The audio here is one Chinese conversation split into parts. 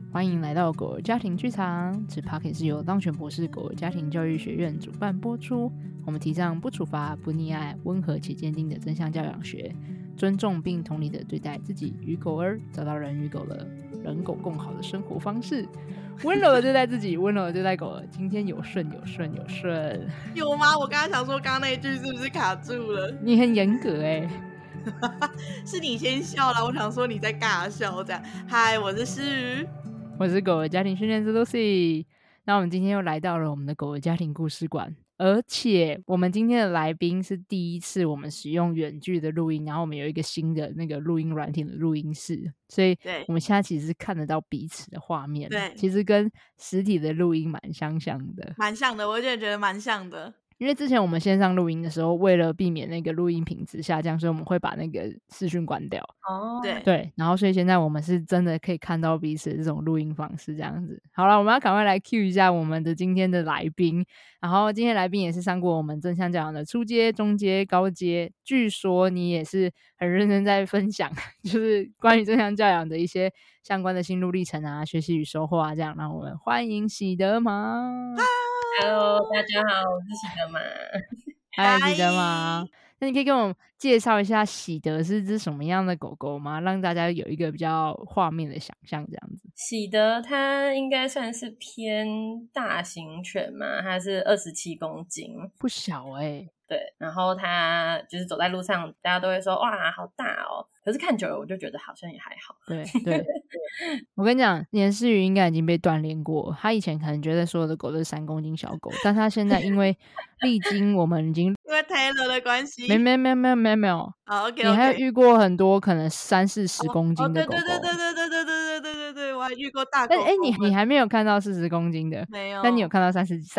欢迎来到狗儿家庭剧场，此 Podcast 是由浪犬博士狗儿家庭教育学院主办播出。我们提倡不处罚、不溺爱、温和且坚定的正向教养学，尊重并同理的对待自己与狗儿，找到人与狗的人狗共好的生活方式，温柔的对待自己，温柔的对待狗儿。今天有顺有顺有顺， 有吗？我刚刚想说，刚刚那一句是不是卡住了？ 你很严格欸。 是你先笑了，我想说你在尬笑这样。嗨，我是诗瑜， 我是狗儿家庭训练师 Lucy。那我们今天又来到了我们的狗儿家庭故事馆，而且我们今天的来宾是第一次我们使用远距的录音，然后我们有一个新的那个录音软体的录音室，所以我们现在其实是看得到彼此的画面， 对， 其实跟实体的录音蛮相的， 蛮像的，我也觉得蛮像的。 因为之前我们线上录音的时候，为了避免那个录音品质下降，所以我们会把那个视讯关掉。 哦， 对，然后所以现在我们是真的可以看到彼此的这种录音方式，这样子。好了，我们要赶快来 cue 一下我们的今天的来宾。然后今天来宾也是上过我们正向教养的初阶、中阶、高阶，据说你也是很认真在分享，就是关于正向教养的一些相关的心路历程啊、学习与收获啊，这样。让我们欢迎喜德玛。 Hello， 大家好，我是喜德玛。 嗨，喜德玛。那你可以跟我们介绍一下喜德是只什么样的狗狗吗？让大家有一个比较画面的想象，这样子。 喜德它应该算是偏大型犬嘛，它是27公斤， 不小欸。 对，然后它就是走在路上，大家都会说哇好大哦，可是看久了我就觉得好像也还好。 对我跟你讲，年世瑜应该已经被锻炼过，他以前可能觉得所有的狗都是3公斤小狗，但他现在因为历经我们已经因为 Taylor 的关系， 没有 OK， 你还有遇过很多可能30-40公斤的狗狗。 对，我还遇过大狗狗。 你还没有看到40公斤的， 没有， 但你有看到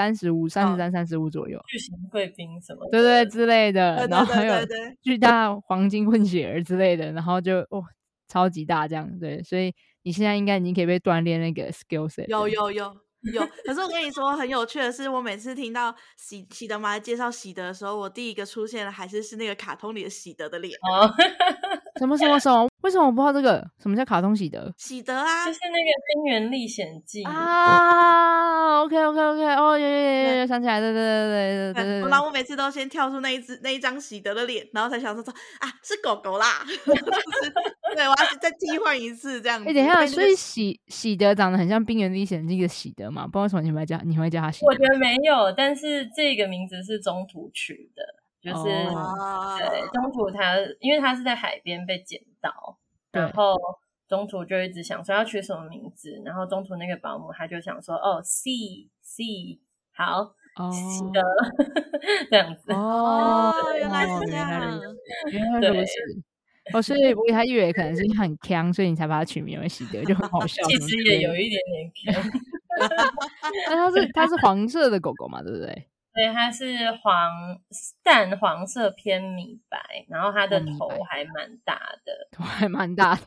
35、33、35左右， 巨型贵宾什么的， 对之类的，然后还有对巨大黄金混血儿之类的，然后就超级大这样。对，所以你现在应该已经可以被锻炼那个 skill set。 有，可是我跟你说很有趣的是，我每次听到喜德玛介绍喜德的时候，我第一个出现的还是那个卡通里的喜德的脸。 什么？为什么我不知道这个？什么叫卡通喜德？ 喜德啊， 就是那个《冰原历险记》 啊。OK， 哦，有想起来，对。 然后我每次都先跳出那一张喜德的脸，然后才想说啊，是狗狗啦。对，我要再替换一次这样子。 等一下，所以喜德长得很像《冰原历险记》的喜德嘛？不知道为什么你会叫他喜德？ 我觉得没有，但是这个名字是中途取的。就是、对，中途他因为他是在海边被捡到，然后中途就一直想说要取什么名字，然后中途那个保姆他就想说C 好喜德这样子。 原来是这样， 原来如此。所以我还以为可能是很鏘，所以你才把它取名为喜德，就很好笑。 其实也有一点鏘。 它是黄色的狗狗嘛，对不对？ 对，它是淡黄色偏米白，然后它的头还蛮大的，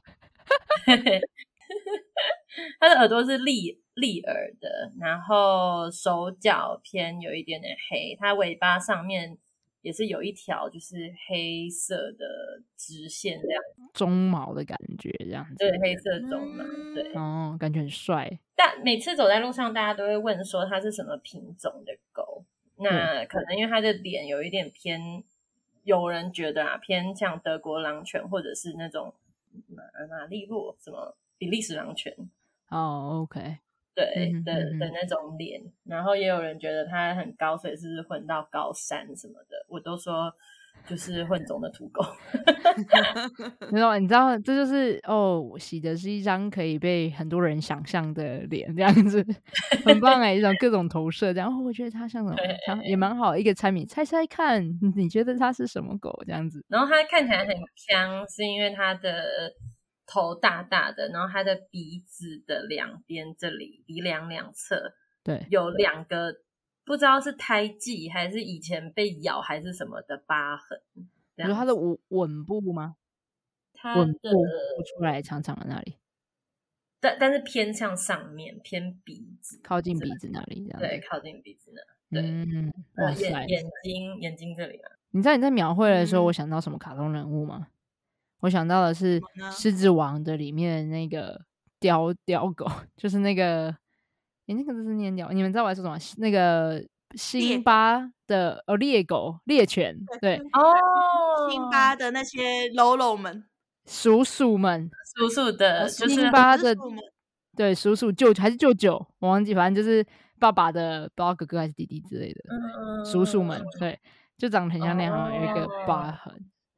它的耳朵是立耳的，然后手脚偏有一点点黑，它尾巴上面也是有一条就是黑色的直线，这样鬃毛的感觉，这样子。 对，黑色鬃毛，对。 感觉很帅。 但每次走在路上，大家都会问说它是什么品种的狗。那可能因为他的脸有一点偏，有人觉得偏像德国狼犬或者是那种马利洛什么比利时狼犬。 OK， 对的那种脸，然后也有人觉得他很高，所以是混到高山什么的，我都说就是混种的土狗。 你知道这就是喜德是一张可以被很多人想象的脸，这样子很棒一种各种投射这样。我觉得他像什么，他也蛮好一个猜谜，猜猜看你觉得他是什么狗这样子。 然后他看起来很香，是因为他的头大大的，然后他的鼻子的两边这里鼻梁两侧对有2个不知道是胎记还是以前被咬还是什么的疤痕。 你说他的吻部吗？吻部出来长长的那里， 但是偏向上面，偏鼻子， 靠近鼻子那里这样。 对，靠近鼻子那。对，眼睛这里啊。 你知道你在描绘的时候，我想到什么卡通人物吗？我想到的是《狮子王》的里面那个雕狗，就是那个那个字是念雕，你们知道我在说什么？那个辛巴的猎狗猎犬，对哦， 辛巴的那些喽喽们叔叔们， 叔叔的辛巴的对叔叔还是舅舅，我忘记，反正就是爸爸的不知道哥哥还是弟弟之类的，叔叔们，对，就长得很像那样，有一个疤痕，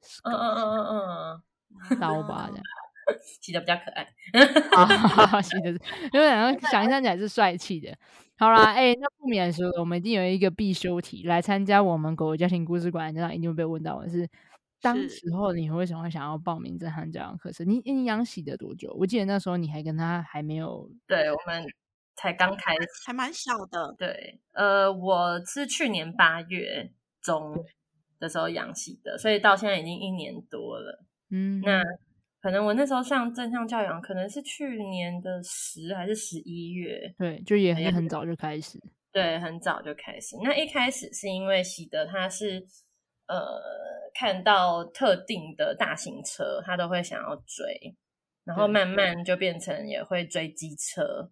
刀疤这样。 洗的比较可爱， 洗的，因为想象起来是帅气的。好啦，那不免说，我们一定有一个必修题，来参加我们狗狗家庭故事馆，这样一定会被问到的是，当时候你为什么会想要报名震撼教养课程？你养喜德多久？我记得那时候你还跟他还没有， 对，我们才刚开始， 还蛮小的。 对，我是去年8月中的时候养喜德，所以到现在已经1年多了。那可能我那时候上正向教养，可能是去年的10还是11月， 对，就也很早就开始， 对，很早就开始。那一开始是因为喜德他是看到特定的大型车，他都会想要追，然后慢慢就变成也会追机车。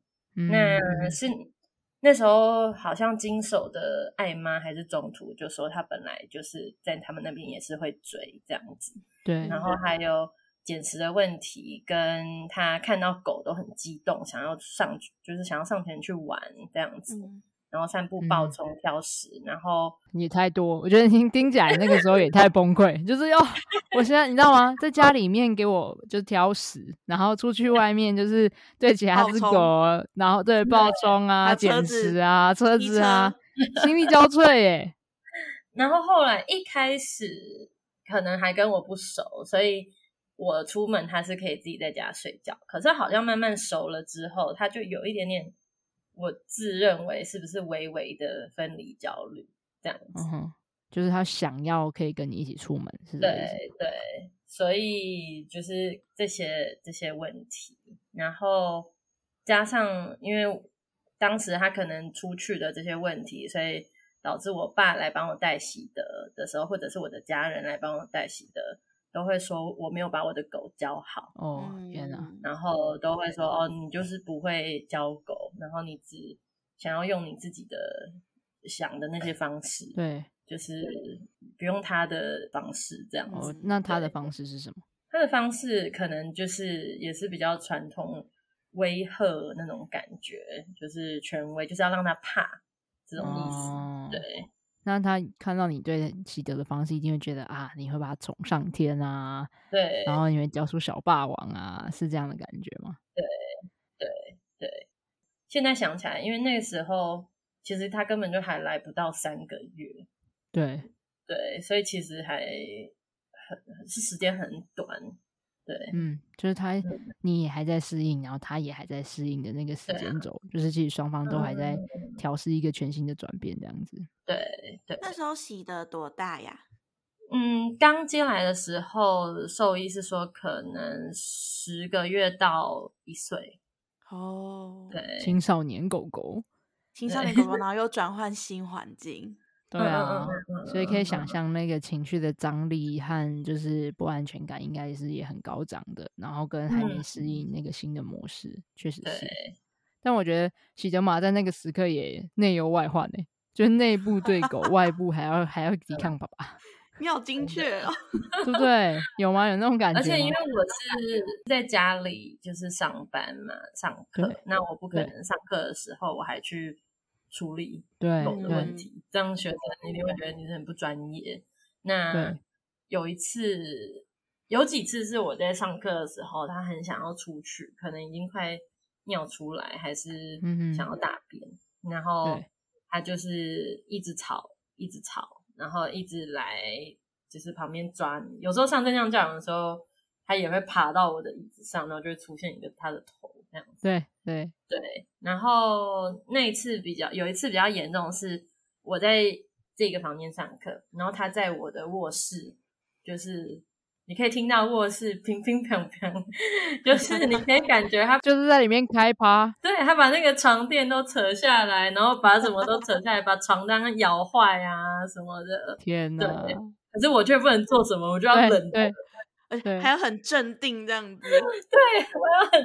那时候好像经手的爱妈还是中途就说他本来就是在他们那边也是会追这样子， 对， 然后还有捡食的问题，跟他看到狗都很激动，想要上前去玩这样子，然后散步暴冲挑食，然后也太多，我觉得听起来那个时候也太崩溃，就是我现在你知道吗，在家里面给我就挑食，然后出去外面就是对其他只狗，然后对暴冲啊、捡食啊、车子啊，心力交瘁耶。 然后后来一开始可能还跟我不熟，所以我出门他是可以自己在家睡觉，可是好像慢慢熟了之后，他就有一点点，我自认为是不是微微的分离焦虑这样子， 就是他想要可以跟你一起出门，是这个意思？ 对，所以就是这些问题，然后加上因为当时他可能出去的这些问题，所以导致我爸来帮我带喜德的时候，或者是我的家人来帮我带喜德，都会说我没有把我的狗教好。 天哪！ 然后都会说你就是不会教狗，然后你只想要用你自己的想的那些方式， 对， 就是不用他的方式这样子。 那他的方式是什么？ 他的方式可能就是也是比较传统威吓那种感觉，就是权威，就是要让他怕这种意思。对， 那他看到你对喜德的方式，一定会觉得你会把他宠上天啊， 对， 然后你会教出小霸王啊，是这样的感觉吗？ 对。现在想起来，因为那个时候其实他根本就还来不到3个月，对，所以其实是时间很短，对， 就是你也还在适应，然后他也还在适应的那个时间轴，就是其实双方都还在调试一个全新的转变这样子。 对。 那时候喜德多大呀？ 刚接来的时候，兽医是说可能10个月到1岁。对， 青少年狗狗， 然后又转换新环境。 对啊，所以可以想象那个情绪的张力和就是不安全感应该是也很高涨的，然后跟还没适应那个新的模式，确实是。但我觉得喜德玛在那个时刻也内忧外患就是内部对狗，外部还要抵抗爸爸。 你好精确哦， 对不对？有吗？有那种感觉吗？ 而且因为我是在家里就是上班嘛，上课，那我不可能上课的时候我还去处理狗的问题，这样学生一定会觉得你是很不专业。那有几次是我在上课的时候，他很想要出去，可能已经快尿出来，还是想要大便，然后他就是一直吵，然后一直来就是旁边抓你，有时候上正向教养的时候，他也会爬到我的椅子上，然后就会出现一个他的头这样子。 对。 然后有一次比较严重的是，我在这个房间上课，然后他在我的卧室，就是你可以听到卧室乒乒乓乓，就是你可以感觉他就是在里面开趴。 对，他把那个床垫都扯下来，然后把什么都扯下来，把床单摇坏啊什么的。 天哪！ 对，可是我却不能做什么，我就要忍。 还要很镇定这样子。 对，我要很镇定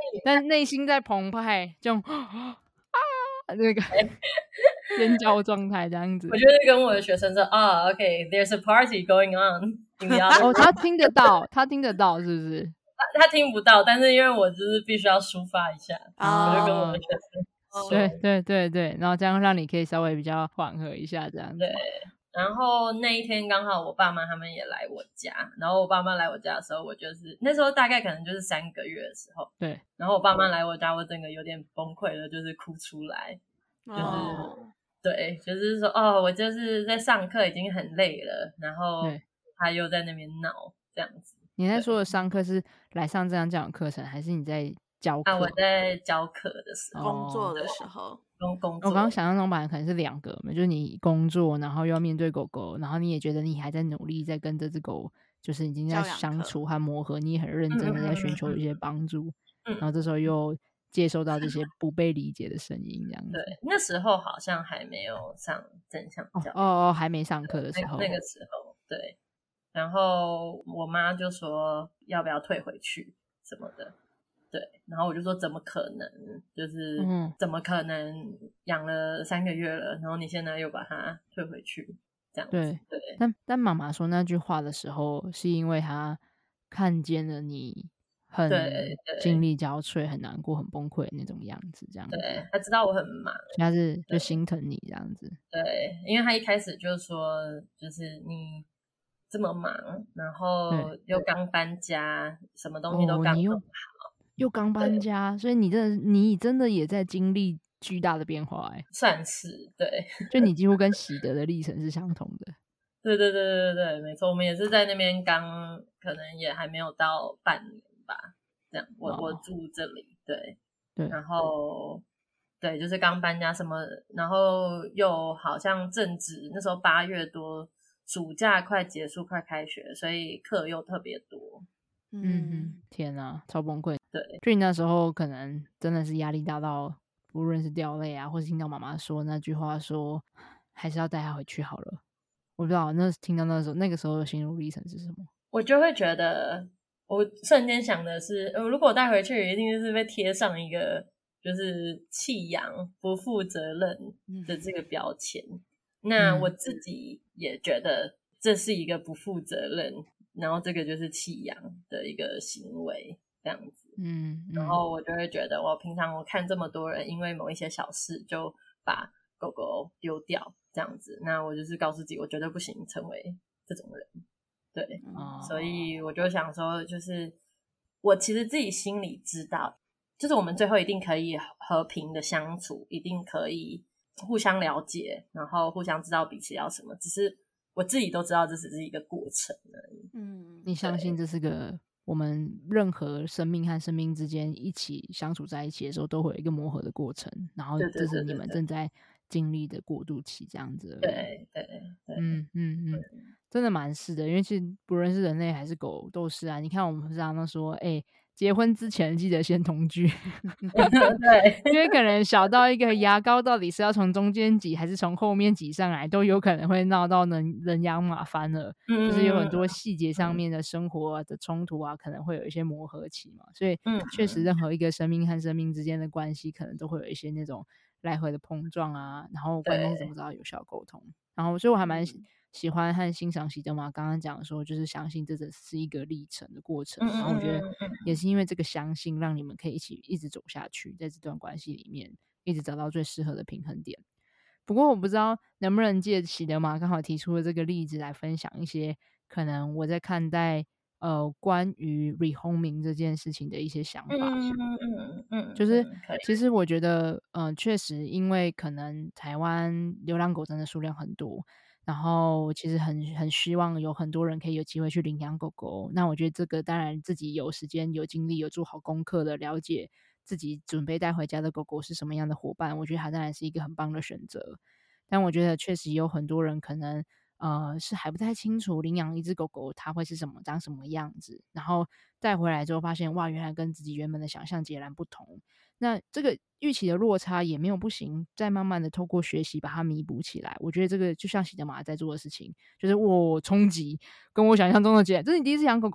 但是内心在澎湃，就啊那个尖叫状态这样子。 我就是跟我的学生说OK，there's a party going on。 他听得到，他听得到是不是？ 他听不到，但是因为我就是必须要抒发一下，我就跟我的学生对，然后这样让你可以稍微比较缓和一下这样子。 对，然后那一天刚好我爸妈他们也来我家，然后我爸妈来我家的时候，我就是那时候大概可能就是3个月的时候， 对， 然后我爸妈来我家，我整个有点崩溃了，就是哭出来，对，就是说我就是在上课已经很累了，然后他又在那边闹这样子。 你在说的上课是来上这样教养课程，还是你在教课？ 我在教课的时候， 工作的时候， 工作。 我刚刚想象中本来可能是2个，就是你工作，然后又要面对狗狗，然后你也觉得你还在努力，在跟这只狗就是已经在相处和磨合，你也很认真的在寻求一些帮助，然后这时候又接收到这些不被理解的声音，这样子。 对，那时候好像还没有上正向教还没上课的时候， 那个时候对。然后我妈就说要不要退回去什么的，对，然后我就说怎么可能，就是怎么可能养了3个月了，然后你现在又把它退回去这样子。对， 但妈妈说那句话的时候，是因为她看见了你很精力交瘁、很难过、很崩溃的那种样子，这样子。 对，她知道我很忙， 她是就心疼你这样子。 对，因为她一开始就说，就是你这么忙，然后又刚搬家，什么东西都刚弄好， 又刚搬家，所以你真的也在经历巨大的变化算是对， 就你几乎跟喜德的历程是相同的。 对，没错，我们也是在那边可能也还没有到半年吧，这样我住这里，对，然后对，就是刚搬家什么，然后又好像正值那时候8月多。暑假快结束，快开学，所以课又特别多。 天啊，超崩溃。 对， 就你那时候可能真的是压力大到，无论是掉泪啊，或是听到妈妈说那句话说还是要带他回去好了。我不知道听到那个时候的心路历程是什么。 我就会觉得，我瞬间想的是，如果我带回去，一定就是被贴上一个就是弃养、不负责任的这个标签。那我自己也觉得这是一个不负责任，然后这个就是弃养的一个行为这样子。然后我就会觉得我平常我看这么多人因为某一些小事就把狗狗丢掉这样子，那我就是告诉自己我绝对不行成为这种人。对，所以我就想说，就是我其实自己心里知道，就是我们最后一定可以和平的相处，一定可以互相了解，然后互相知道彼此要什么，只是我自己都知道这只是一个过程而已。 你相信这是个我们任何生命和生命之间一起相处在一起的时候都会有一个磨合的过程，然后这是你们正在经历的过渡期这样子而已。 对， 真的蛮是的，因为其实不论是人类还是狗都是啊。你看我们常常说结婚之前记得先同居对， 因为可能小到一个牙膏到底是要从中间挤还是从后面挤上来，都有可能会闹到人仰马翻了。就是有很多细节上面的生活的冲突啊，可能会有一些磨合期嘛。所以确实任何一个生命和生命之间的关系可能都会有一些那种来回的碰撞啊，然后关键是怎么找到有效沟通。然后所以我还蛮喜欢和欣赏喜德玛刚刚讲说，就是相信这只是一个历程的过程，然后我觉得也是因为这个相信让你们可以一直走下去，在这段关系里面一直找到最适合的平衡点。不过我不知道能不能借喜德玛刚好提出的这个例子来分享一些可能我在看待关于 rehoming 这件事情的一些想法。就是其实我觉得确实因为可能台湾流浪狗真的数量很多，然后其实很希望有很多人可以有机会去领养狗狗。那我觉得这个当然自己有时间有精力有做好功课的了解自己准备带回家的狗狗是什么样的伙伴，我觉得它当然是一个很棒的选择。但我觉得确实有很多人可能是还不太清楚领养一只狗狗它会是长什么样子，然后带回来之后发现哇，原来跟自己原本的想象截然不同。那这个预期的落差也没有不行，再慢慢的透过学习把它弥补起来。我觉得这个就像喜德玛在做的事情，就是我冲击跟我想象中的这是你第一次养狗狗吗？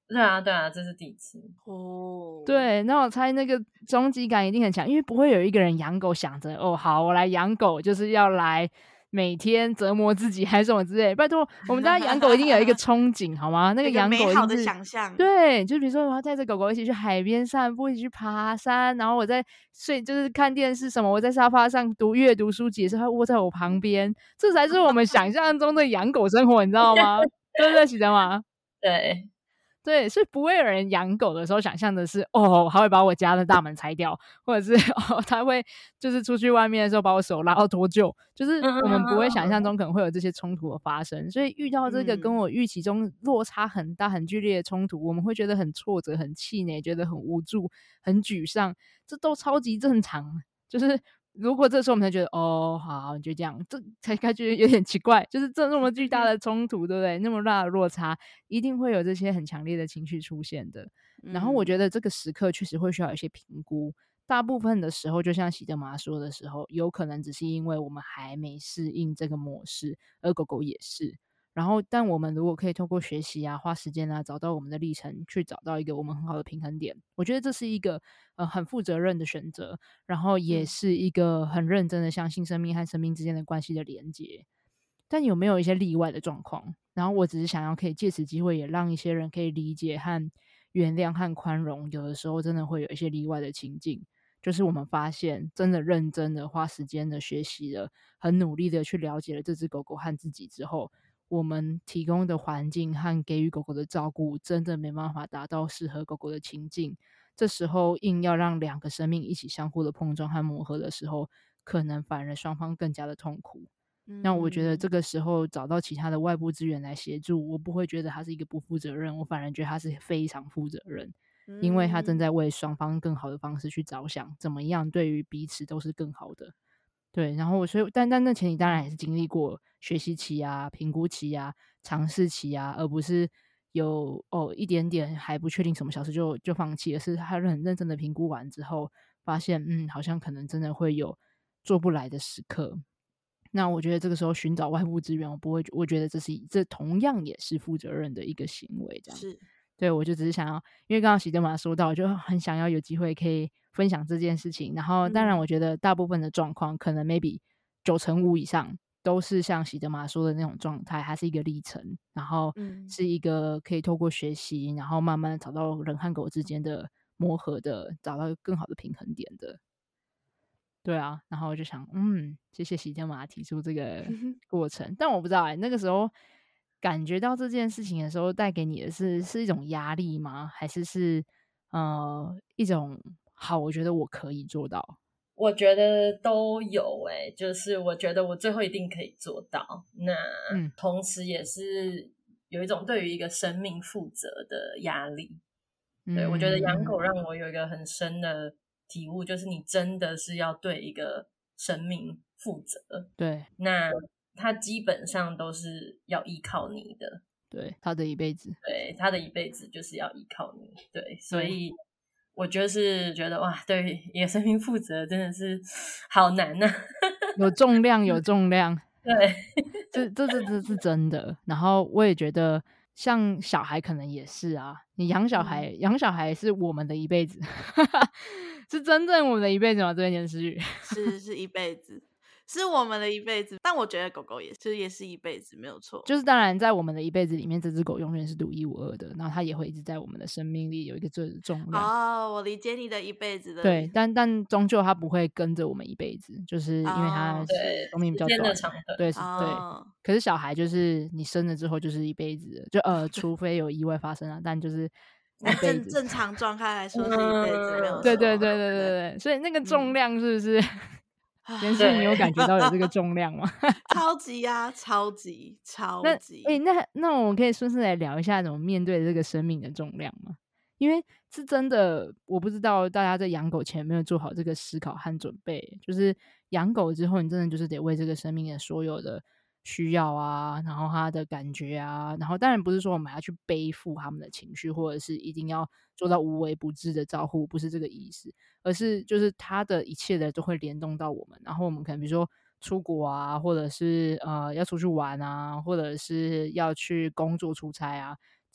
对啊对啊，这是第一次哦。 对，那我猜那个冲击感一定很强，因为不会有一个人养狗想着哦，好，我来养狗就是要来每天折磨自己还是什么之类的。拜托，我们家养狗一定有一个憧憬，好吗？那个养狗一定是美好的想象。 对，就比如说我要带着狗狗一起去海边散步，一起去爬山，然后我在就是看电视什么，我在沙发上阅读书籍的时候，它窝在我旁边，这才是我们想象中的养狗生活，你知道吗？对不对，喜德玛？ 对对，所以不会有人养狗的时候想象的是，哦，他会把我家的大门拆掉，或者是哦，他会就是出去外面的时候把我手拉到脱臼，就是我们不会想象中可能会有这些冲突的发生。所以遇到这个跟我预期中落差很大、很剧烈的冲突，我们会觉得很挫折、很气馁，觉得很无助、很沮丧，这都超级正常。就是如果这时候我们才觉得哦，好，就这样，这才感觉有点奇怪，就是这么巨大的冲突，对不对？那么大的落差，一定会有这些很强烈的情绪出现的。然后我觉得这个时刻确实会需要有一些评估。大部分的时候，就像喜德玛说的时候，有可能只是因为我们还没适应这个模式，而狗狗也是。然后，但我们如果可以透过学习啊、花时间啊，找到我们的历程，去找到一个我们很好的平衡点，我觉得这是一个很负责任的选择，然后也是一个很认真的相信生命和生命之间的关系的连接。但有没有一些例外的状况？然后我只是想要可以借此机会，也让一些人可以理解和原谅和宽容。有的时候真的会有一些例外的情境，就是我们发现真的认真的花时间的学习了，很努力的去了解了这只狗狗和自己之后，我们提供的环境和给予狗狗的照顾真的没办法达到适合狗狗的情境。这时候硬要让两个生命一起相互的碰撞和磨合的时候，可能反而双方更加的痛苦。那我觉得这个时候找到其他的外部资源来协助，我不会觉得他是一个不负责任，我反而觉得他是非常负责任，因为他正在为双方更好的方式去着想，怎么样对于彼此都是更好的。对，然后所以但那前提当然也是经历过学习期啊、评估期啊、尝试期啊，而不是有一点点还不确定什么小事就放弃，而是他很认真的评估完之后，发现好像可能真的会有做不来的时刻。那我觉得这个时候寻找外部资源，我觉得这同样也是负责任的一个行为，这样是。 对，我就只是想要，因为刚刚喜德玛说到，我就很想要有机会可以分享这件事情。然后，当然，我觉得大部分的状况，可能 maybe 95%以上都是像喜德玛说的那种状态，它是一个历程，然后是一个可以透过学习，然后慢慢找到人和狗之间的磨合的，找到更好的平衡点的。对啊，然后我就想，谢谢喜德玛提出这个过程，但我不知道那个时候感觉到这件事情的时候，带给你的是一种压力吗？还是一种好？我觉得我可以做到。 我觉得都有就是我觉得我最后一定可以做到。那同时也是有一种对于一个生命负责的压力。对，我觉得养狗让我有一个很深的体悟，就是你真的是要对一个生命负责。 对， 那他基本上都是要依靠你的。 对，他的一辈子。 对，他的一辈子就是要依靠你。对，所以我就是觉得哇，对一个生命负责真的是好难啊。 有重量，有重量。 对， 这是真的。然后我也觉得像小孩可能也是啊，你养小孩是我们的一辈子。是真正我们的一辈子吗？这件事是一辈子，是我们的一辈子。但我觉得狗狗也是一辈子，没有错。 就是当然在我们的一辈子里面，这只狗永远是独一无二的，然后它也会一直在我们的生命里有一个重量。 我理解你的一辈子的。 对，但终究它不会跟着我们一辈子，就是因为它寿命比较短。对，可是小孩就是你生了之后就是一辈子，就除非有意外发生啊，但就是正常状态来说是一辈子，没有错。 对，所以那个重量是不是？连是你有感觉到有这个重量吗？ 超级啊，超级。 那我们可以顺势来聊一下怎么面对这个生命的重量吗？因为是真的，我不知道大家在养狗前有没有做好这个思考和准备。就是养狗之后，你真的就是得为这个生命的所有的需要啊，然后他的感觉啊，然后当然不是说我们还要去背负他们的情绪，或者是一定要做到无微不至的照顾，不是这个意思，而是就是他的一切的都会联动到我们。然后我们可能比如说出国啊，或者是要出去玩啊，或者是要去工作出差啊，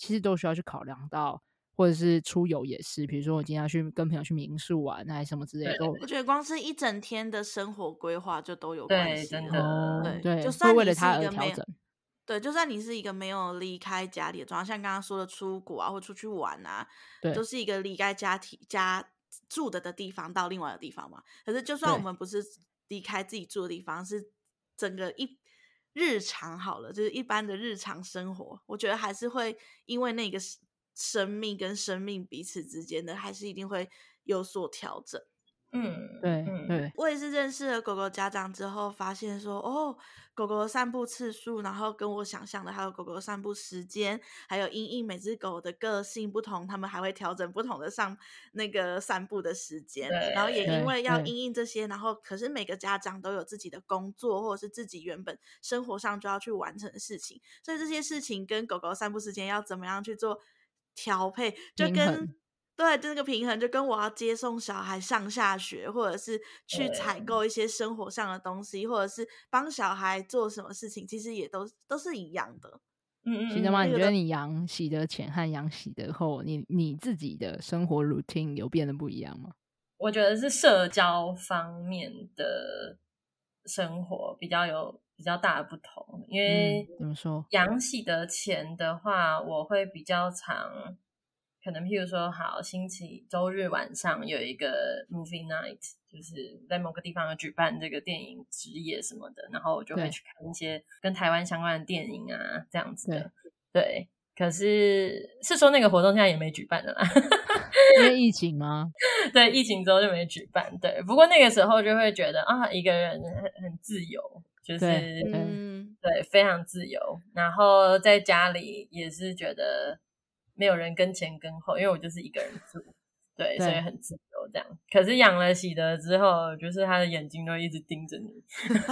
其实都需要去考量到，或者是出游也是，比如说我今天要去跟朋友去民宿玩还是什么之类的，都我觉得光是一整天的生活规划就都有关系真的。 对， 就算会为了你是一个他而调整。 对，就算你是一个没有离开家里的状况，像刚刚说的出国啊或出去玩啊，都是一个离开家住的地方到另外的地方嘛。可是就算我们不是离开自己住的地方，是整个日常好了，就是一般的日常生活，我觉得还是会因为那个生命跟生命彼此之间的，还是一定会有所调整。 对， 我也是认识了狗狗家长之后，发现说狗狗的散步次数，然后跟我想象的还有狗狗的散步时间，还有因应每只狗的个性不同，他们还会调整不同的那个散步的时间。然后也因为要因应这些，然后可是每个家长都有自己的工作，或者是自己原本生活上就要去完成的事情，所以这些事情跟狗狗散步时间要怎么样去做调配，就跟对，就那个平衡，就跟我要接送小孩上下学，或者是去采购一些生活上的东西，或者是帮小孩做什么事情，其实也都是一样的。 喜德吗？你觉得你养喜德前和养喜德后，你自己的生活 routine 有变得不一样吗？ 我觉得是社交方面的生活比较大的不同，因为怎么说？ 养喜德前的话，我会比较常。可能譬如说好周日晚上有一个 movie night， 就是在某个地方有举办这个电影之夜什么的，然后我就会去看一些跟台湾相关的电影啊这样子的。对，可是说那个活动现在也没举办了啦因为疫情吗？ 对，疫情之后就没举办。对，不过那个时候就会觉得一个人很自由，就是对非常自由，然后在家里也是觉得没有人跟前跟后，因为我就是一个人住，对，所以很自由这样。可是养了喜德之后，就是他的眼睛都一直盯着你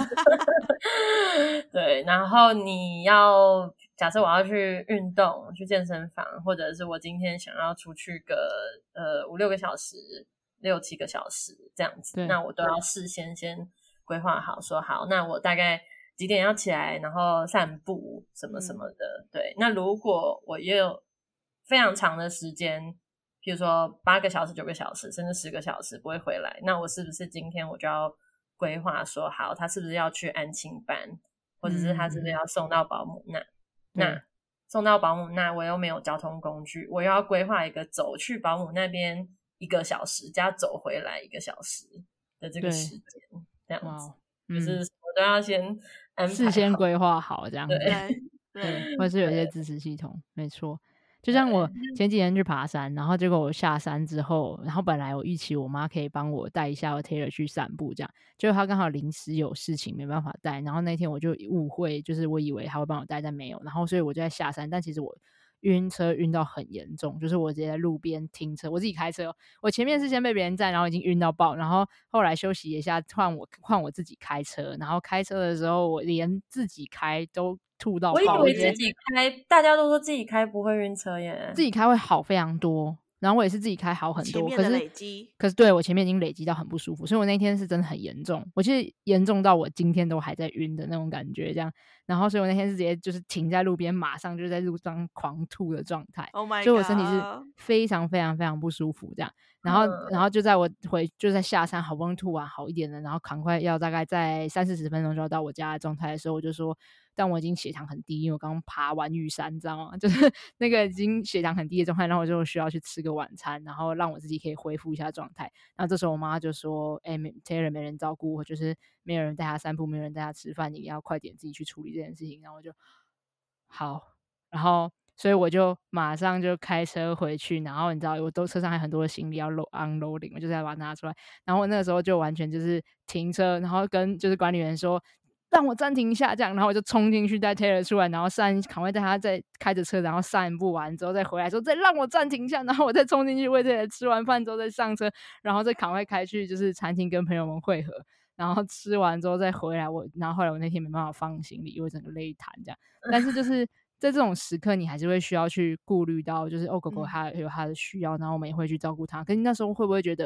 对，然后你要假设我要去运动，去健身房，或者是我今天想要出去个5-6个小时6-7个小时这样子，那我都要事先规划好，说好那我大概几点要起来，然后散步什么什么的。对，那如果我也有非常长的时间，比如说8个小时9个小时甚至10个小时不会回来，那我是不是今天我就要规划说好他是不是要去安亲班，或者是他是不是要送到保姆那送到保姆那我又没有交通工具，我又要规划一个走去保姆那边1个小时加走回来1个小时的这个时间，这样子就是什么都要先安排好， 事先规划好这样子。 对， 或是有一些支持系统，没错。就像我前几天去爬山，然后结果我下山之后，然后本来我预期我妈可以帮我带一下我 Taylor 去散步这样，结果她刚好临时有事情没办法带，然后那天我就误会，就是我以为她会帮我带但没有，然后所以我就在下山，但其实我晕车晕到很严重，就是我直接在路边停车，我自己开车，我前面是先被别人载，然后已经晕到爆，然后后来休息一下换我自己开车，然后开车的时候我连自己开都吐到爆。 我以为自己开，大家都说自己开不会晕车耶， 自己开会好非常多，然后我也是自己开好很多， 前面的累积， 可是对我前面已经累积到很不舒服，所以我那天是真的很严重，我其实严重到我今天都还在晕的那种感觉这样，然后所以我那天是直接就是停在路边，马上就在路上狂吐的状态， Oh my God， 所以我身体是非常非常非常不舒服这样，然后就在我就在下山好不容易吐完好一点的，然后赶快要大概在30-40分钟就要到我家的状态的时候，我就说但我已经血糖很低，因为我刚爬完玉山你知道吗，就是那个已经血糖很低的状态，然后我就需要去吃个晚餐，然后让我自己可以恢复一下状态，然后这时候我妈就说Taylor 没人照顾，就是没有人带他散步，没有人带他吃饭，你要快点自己去处理这件事情，然后我就好，然后所以我就马上就开车回去，然后你知道我车上还很多的行李要unloading， 我就是要把它拿出来，然后我那个时候就完全就是停车，然后跟就是管理员说让我暂停一下这样，然后我就冲进去带 Taylor 出来，然后赶快带他再开着车，然后散步完之后再回来说再让我暂停一下，然后我再冲进去喂 Taylor， 吃完饭之后再上车，然后再赶快开去就是餐厅跟朋友们会合，然后吃完之后再回来，然后后来我那天没办法放行李，因为整个累瘫这样，但是就是在这种时刻你还是会需要去顾虑到就是狗狗它有它的需要，然后我们也会去照顾它，可是那时候会不会觉得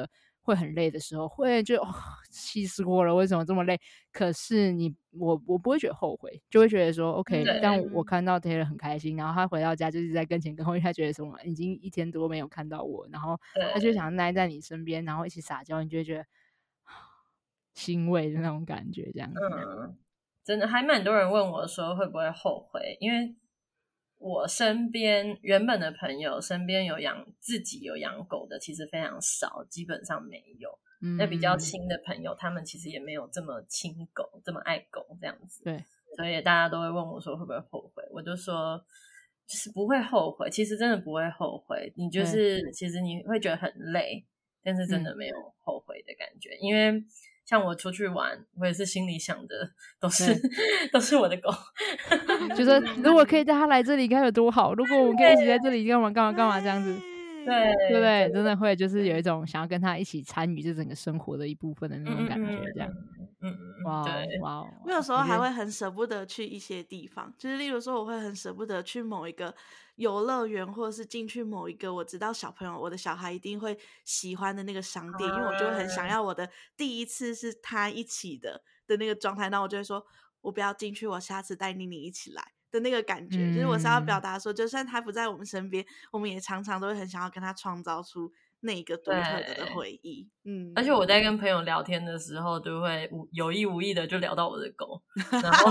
会很累的时候，会就气死我了，为什么这么累？可是我不会觉得后悔，就会觉得说 OK，但我看到 Taylor 很开心，然后他回到家就是在跟前跟后，因为他觉得什么已经1天多没有看到我，然后他就想赖在你身边，然后一起撒娇，你就会觉得欣慰的那种感觉，这样子。 真的还蛮多人问我说会不会后悔，因为我身边原本的朋友身边自己有养狗的其实非常少，基本上没有。那比较亲的朋友他们其实也没有这么亲狗，这么爱狗这样子。 对， 所以大家都会问我说会不会后悔，我就说就是不会后悔，其实真的不会后悔，你就是其实你会觉得很累，但是真的没有后悔的感觉。因为像我出去玩，我也是心里想的都是我的狗， 就是如果可以带它来这里该有多好，如果我们可以一起在这里干嘛这样子，对不对？真的会就是有一种想要跟它一起参与这整个生活的一部分的那种感觉，这样。哇， 我有时候还会很舍不得去一些地方，就是例如说我会很舍不得去某一个游乐园，或者是进去某一个我知道我的小孩一定会喜欢的那个商店，因为我就会很想要我的第一次是他一起的那个状态，那我就会说我不要进去，我下次带妮妮一起来的那个感觉，就是我是要表达说就算他不在我们身边，我们也常常都会很想要跟他创造出那一个独特的回忆。 而且我在跟朋友聊天的时候都会有意无意的就聊到我的狗，然后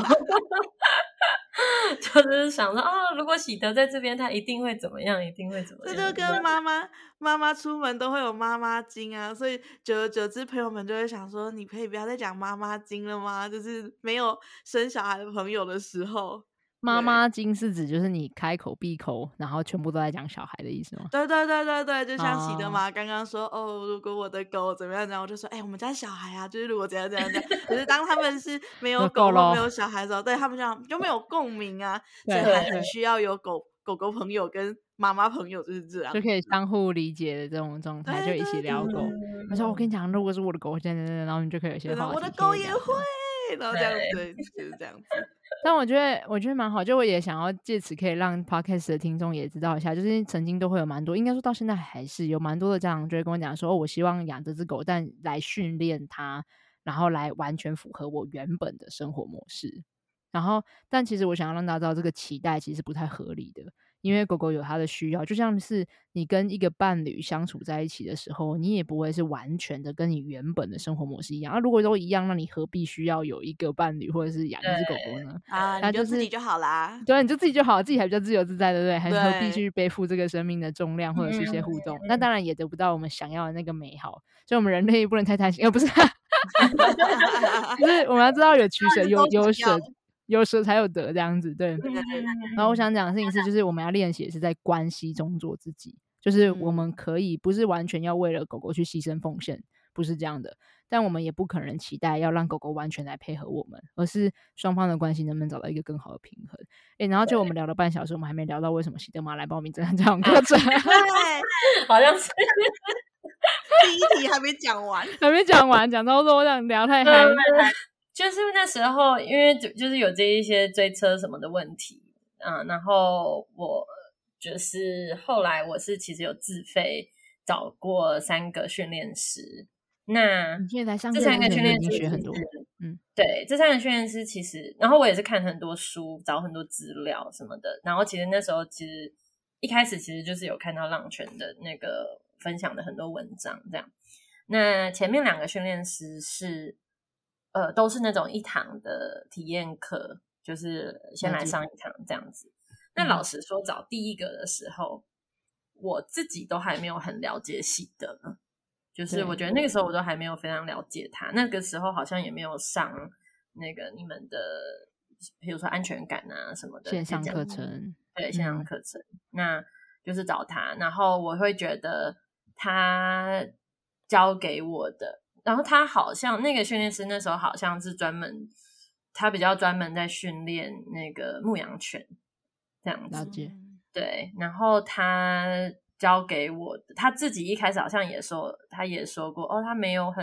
就是想说如果喜德在这边他一定会怎么样，一定会怎么样。 这就跟妈妈出门都会有妈妈经啊，所以久而久之朋友们就会想说你可以不要再讲妈妈经了吗？就是没有生小孩的朋友的时候。 妈妈经是指就是你开口闭口然后全部都在讲小孩的意思吗？ 对，就像喜德嘛刚刚说如果我的狗怎么样，然后我就说我们家小孩啊，就是如果怎样可是当他们是没有狗或没有小孩的时候，对他们就没有共鸣啊，所以还很需要有狗狗朋友跟妈妈朋友，就是这样就可以相互理解的这种状态，就一起聊狗。我说我跟你讲，如果是我的狗这样，然后你就可以有些话题， 我的狗也会，然后这样子就是这样子。 但我觉得蛮好，就我也想要借此可以让 podcast 的听众也知道一下，就是曾经都会有蛮多，应该说到现在还是有蛮多的家长就会跟我讲说我希望养这只狗，但来训练它，然后来完全符合我原本的生活模式。然后但其实我想要让大家知道这个期待其实不太合理的，因为狗狗有它的需要，就像是你跟一个伴侣相处在一起的时候，你也不会是完全的跟你原本的生活模式一样，如果都一样，那你何必需要有一个伴侣或者是养一只狗狗呢？ 你就自己就好啦。 对，你就自己就好，自己还比较自由自在，对不对？还何必去背负这个生命的重量或者是一些互动？那当然也得不到我们想要的那个美好，所以我们人类不能太贪心，不是就是我们要知道有取舍，有舍才有得这样子，对。然后我想讲的事情是，就是我们要练习是在关系中做自己，就是我们可以不是完全要为了狗狗去牺牲奉献，不是这样的，但我们也不可能期待要让狗狗完全来配合我们，而是双方的关系能不能找到一个更好的平衡。然后就我们聊了半小时，我们还没聊到为什么喜德玛来报名这堂课程， 好像是第一题还没讲完， 讲到说我想聊太嗨。 就是那时候因为就是有这一些追车什么的问题然后我就是后来我是其实有自费找过3个训练师，那这3个训练师学很多， 对，这3个训练师其实，然后我也是看很多书，找很多资料什么的，然后其实那时候其实一开始其实就是有看到浪犬的那个分享的很多文章这样。那前面2个训练师是都是那种1堂的体验课，就是先来上1堂这样子。那老实说找第1个的时候，我自己都还没有很了解喜德，就是我觉得那个时候我都还没有非常了解他，那个时候好像也没有上那个你们的比如说安全感啊什么的线上课程， 对，线上课程，那就是找他，然后我会觉得他教给我的，然后他好像那个训练师那时候好像是他比较专门在训练那个牧羊犬这样子， 了解。 对，然后他教给我的，他自己一开始好像他也说过他没有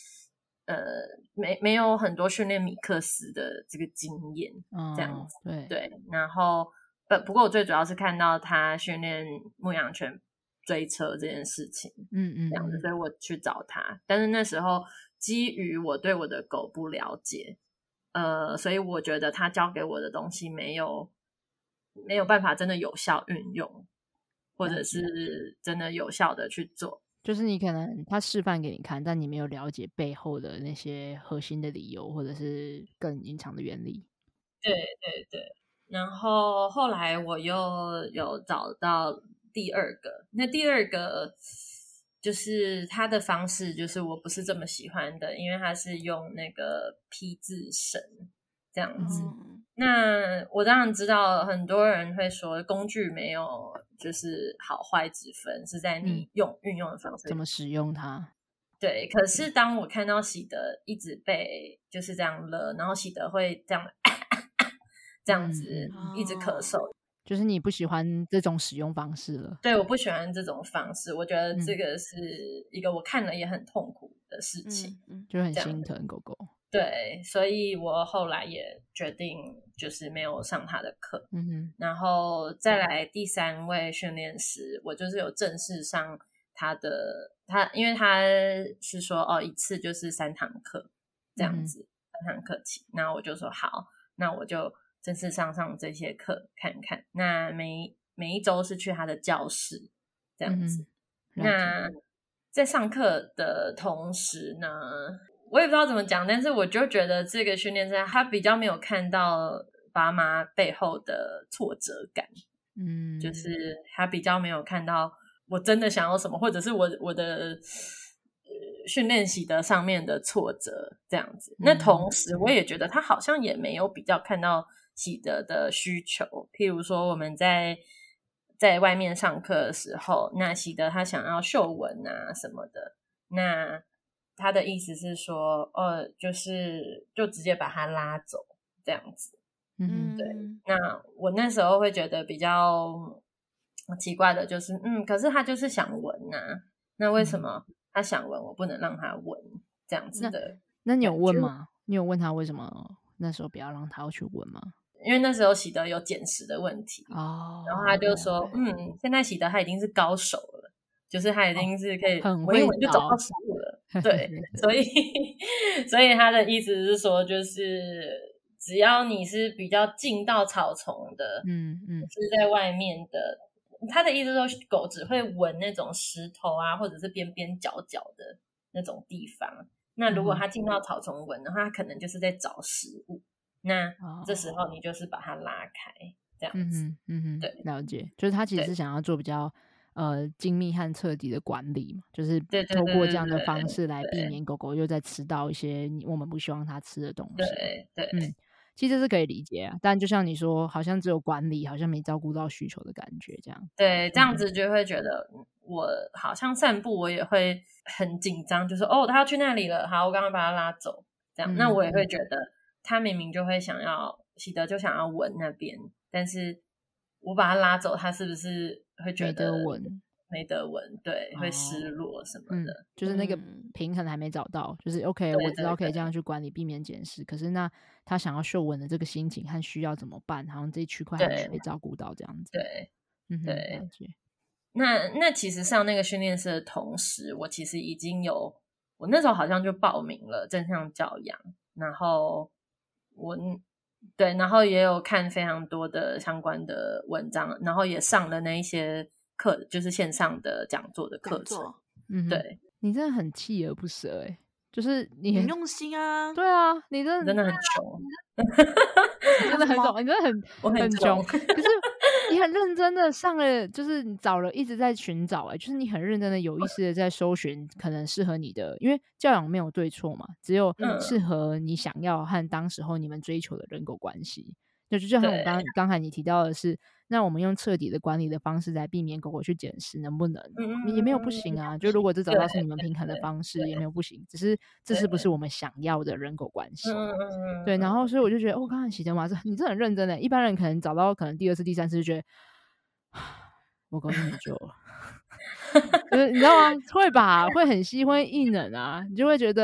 没有很多训练米克斯的这个经验这样子，对，然后不过我最主要是看到他训练牧羊犬追车这件事情，这样子，所以我去找他。但是那时候基于我对我的狗不了解，所以我觉得他教给我的东西没有办法真的有效运用，或者是真的有效的去做。 就是你可能他示范给你看，但你没有了解背后的那些核心的理由，或者是更隐藏的原理。 对对对。然后后来我又有找到第二个，那第二个就是他的方式就是我不是这么喜欢的，因为他是用那个P字绳这样子。那我当然知道很多人会说工具没有就是好坏之分，是在你运用的方式， 怎么使用它。 对，可是当我看到喜德一直被就是这样勒，然后喜德会这样这样子一直咳嗽， 就是你不喜欢这种使用方式了。 对，我不喜欢这种方式，我觉得这个是一个我看了也很痛苦的事情， 就很心疼狗狗。 对，所以我后来也决定就是没有上他的课。然后再来第3位训练师，我就是有正式上他因为他是说一次就是3堂课这样子，3堂课期，那我就说好，那我就正式上这些课看看。那每一周是去他的教室这样子。那在上课的同时呢，我也不知道怎么讲，但是我就觉得这个训练生他比较没有看到爸妈背后的挫折感，就是他比较没有看到我真的想要什么，或者是我的训练习的上面的挫折这样子。那同时我也觉得他好像也没有比较看到喜德的需求，譬如说我们在外面上课的时候，那喜德他想要嗅闻啊什么的，那他的意思是说就直接把他拉走这样子。对。那我那时候会觉得比较奇怪的就是可是他就是想闻啊，那为什么他想闻我不能让他闻这样子的。 那你有问吗？你有问他为什么那时候不要让他去闻吗？ 因为那时候喜德有捡食的问题然后他就说现在喜德他已经是高手了，就是他已经是可以闻一闻就找到食物了对所以他的意思是说就是只要你是比较近到草丛的是在外面的，他的意思是说狗只会闻那种石头啊或者是边边角角的那种地方，那如果他进到草丛闻的话，他可能就是在找食物，那这时候你就是把它拉开这样子。对， 了解，就是他其实是想要做比较精密和彻底的管理嘛，就是透过这样的方式来避免狗狗又在吃到一些我们不希望它吃的东西。 对， 其实这是可以理解啊，但就像你说好像只有管理，好像没照顾到需求的感觉这样。 对，这样子就会觉得我好像散步我也会很紧张，就是他要去那里了，好，我刚刚把他拉走这样。那我也会觉得他明明就会想要喜德就想要闻那边，但是我把他拉走，他是不是会觉得没得闻对，会失落什么的就是那个平衡还没找到，就是 OK 我知道可以这样去管理避免捡食，可是那他想要嗅闻的这个心情和需要怎么办，好像这一区块还没被照顾到这样子。 对那其实上那个训练室的同时，我其实已经我那时候好像就报名了正向教养，然后然后也有看非常多的相关的文章，然后也上了那一些课，就是线上的讲座的课程。对， 你真的很锲而不舍就是你很用心啊。 对啊，你真的很穷你真的很穷，你真的很穷可是你很认真的上了，就是你找了一直在寻找就是你很认真的有意识的在搜寻可能适合你的，因为教养没有对错嘛，只有适合你想要和当时候你们追求的人狗关系。就像我刚才你提到的是，那我们用彻底的管理的方式来避免狗狗去捡食，能不能也没有不行啊，就如果这找到是你们平衡的方式也没有不行，只是这是不是我们想要的人狗关系。对，然后所以我就觉得刚才喜德马你真的很认真的，一般人可能找到可能第2次第3次就觉得我狗没救了就是你知道吗，会吧，会很心灰意冷啊，你就会觉得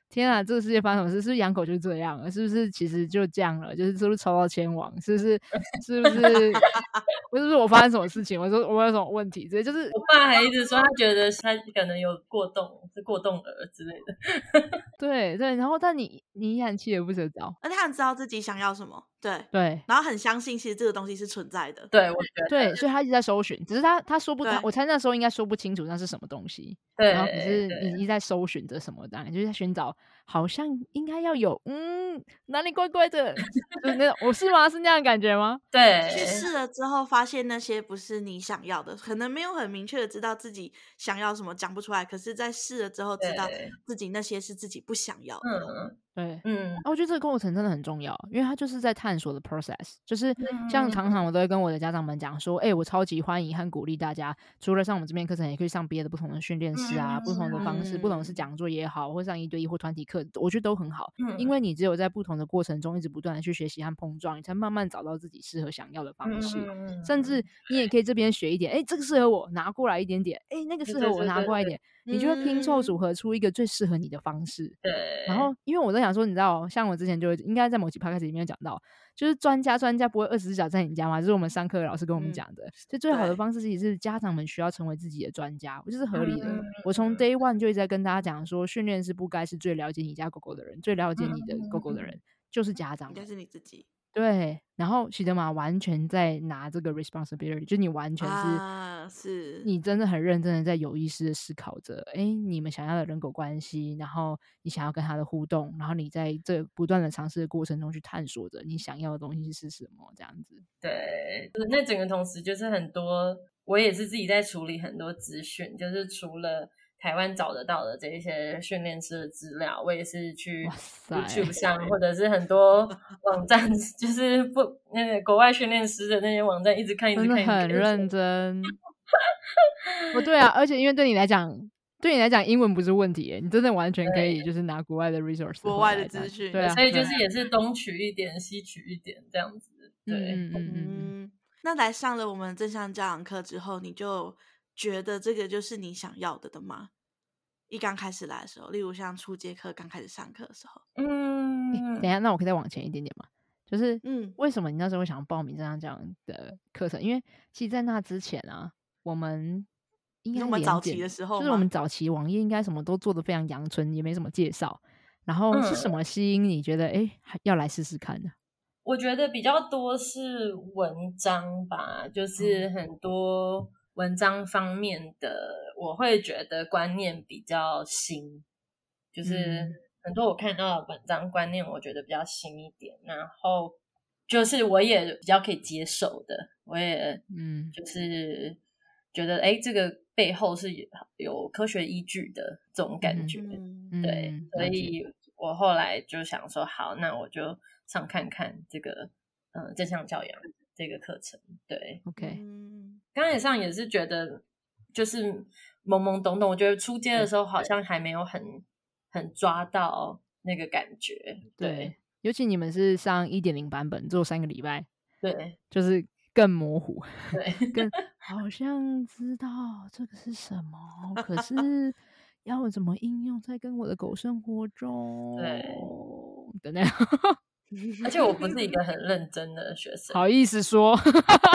天啊，这个世界发生什么事？是不是养狗就这样了？是不是其实就这样了？是不是抽到签王？是不是不是我发生什么事情？我说我有什么问题？直接就是我爸还一直说他觉得他可能有过动，是过动儿之类的。 对，然后但你依然锲而不舍找， 而且他很知道自己想要什么， 对， 然后很相信其实这个东西是存在的。 对，我觉得对，所以他一直在搜寻，只是他说不，我猜那时候应该说不清楚那是什么东西。 对， 然后可是你一直在搜寻着什么，当然就是在寻找，好像应该要有，哪里怪怪的，就是那种，我是吗？是那样的感觉吗？ 对， 去试了之后，发现那些不是你想要的，可能没有很明确的知道自己想要什么，讲不出来。可是，在试了之后，知道自己那些是自己不想要的。 对，我觉得这个过程真的很重要，因为它就是在探索的 process， 就是像常常我都会跟我的家长们讲说，我超级欢迎和鼓励大家，除了上我们这边课程，也可以上别的不同的训练室啊，不同的方式，不同的是讲座也好，或上1对1或团体课，我觉得都很好，因为你只有在不同的过程中一直不断的去学习和碰撞，你才慢慢找到自己适合想要的方式，甚至你也可以这边学一点，这个适合我拿过来一点点，那个适合我拿过来一点，你就会拼凑组合出一个最适合你的方式。 对， 然后因为我在想说，你知道，像我之前就应该在某期 podcast 里面有讲到，就是专家不会24小时在你家嘛，这是我们上课的老师跟我们讲的。所以最好的方式其实是家长们需要成为自己的专家，这是合理的。我从 day one 就一直在跟大家讲说，训练师不该是最了解你家狗狗的人，最了解你的狗狗的人就是家长， 应该是你自己。 对，然后喜德玛完全在拿这个 responsibility， 就你完全是你真的很认真的在有意识的思考着，你们想要的人狗关系，然后你想要跟他的互动，然后你在这不断的尝试的过程中去探索着你想要的东西是什么，这样子。 对，那整个同时就是很多，我也是自己在处理很多资讯，就是除了台湾找得到的这一些训练师的资料，我也是去 YouTube 上或者是很多网站，就是那个国外训练师的那些网站一直看， 真的很认真。对啊，而且因为对你来讲英文不是问题，你真的完全可以就是拿国外的 resource， 国外的资讯， 对啊， 所以就是也是东取一点西取一点这样子。对， 那来上了我们正向教养课之后，你就觉得这个就是你想要的吗？一刚开始来的时候，例如像初阶课刚开始上课的时候， 等一下，那我可以再往前一点点吗？就是为什么你那时候会想报名正向教养的课程？因为其实在那之前啊，我们应该我们早期的时候， 就是我们早期网页应该什么都做得非常阳春，也没什么介绍。然后是什么吸引你觉得要来试试看的？ 我觉得比较多是文章吧，就是很多文章方面的，我会觉得观念比较新，就是很多我看到的文章观念，我觉得比较新一点，然后就是我也比较可以接受的，我也就是觉得这个背后是有科学依据的这种感觉，对，所以我后来就想说，好，那我就上看看这个正向教养这个课程。对 ，OK， 刚开始上也是觉得就是懵懵懂懂，我觉得初阶的时候好像还没有很抓到那个感觉。对， 尤其你们是上 1.0 版本，只有3个礼拜， 对， 就是更模糊， 对， 更好像知道这个是什么，可是要怎么应用在跟我的狗生活中？ 对的那样。 而且我不是一个很认真的学生， 好意思说，我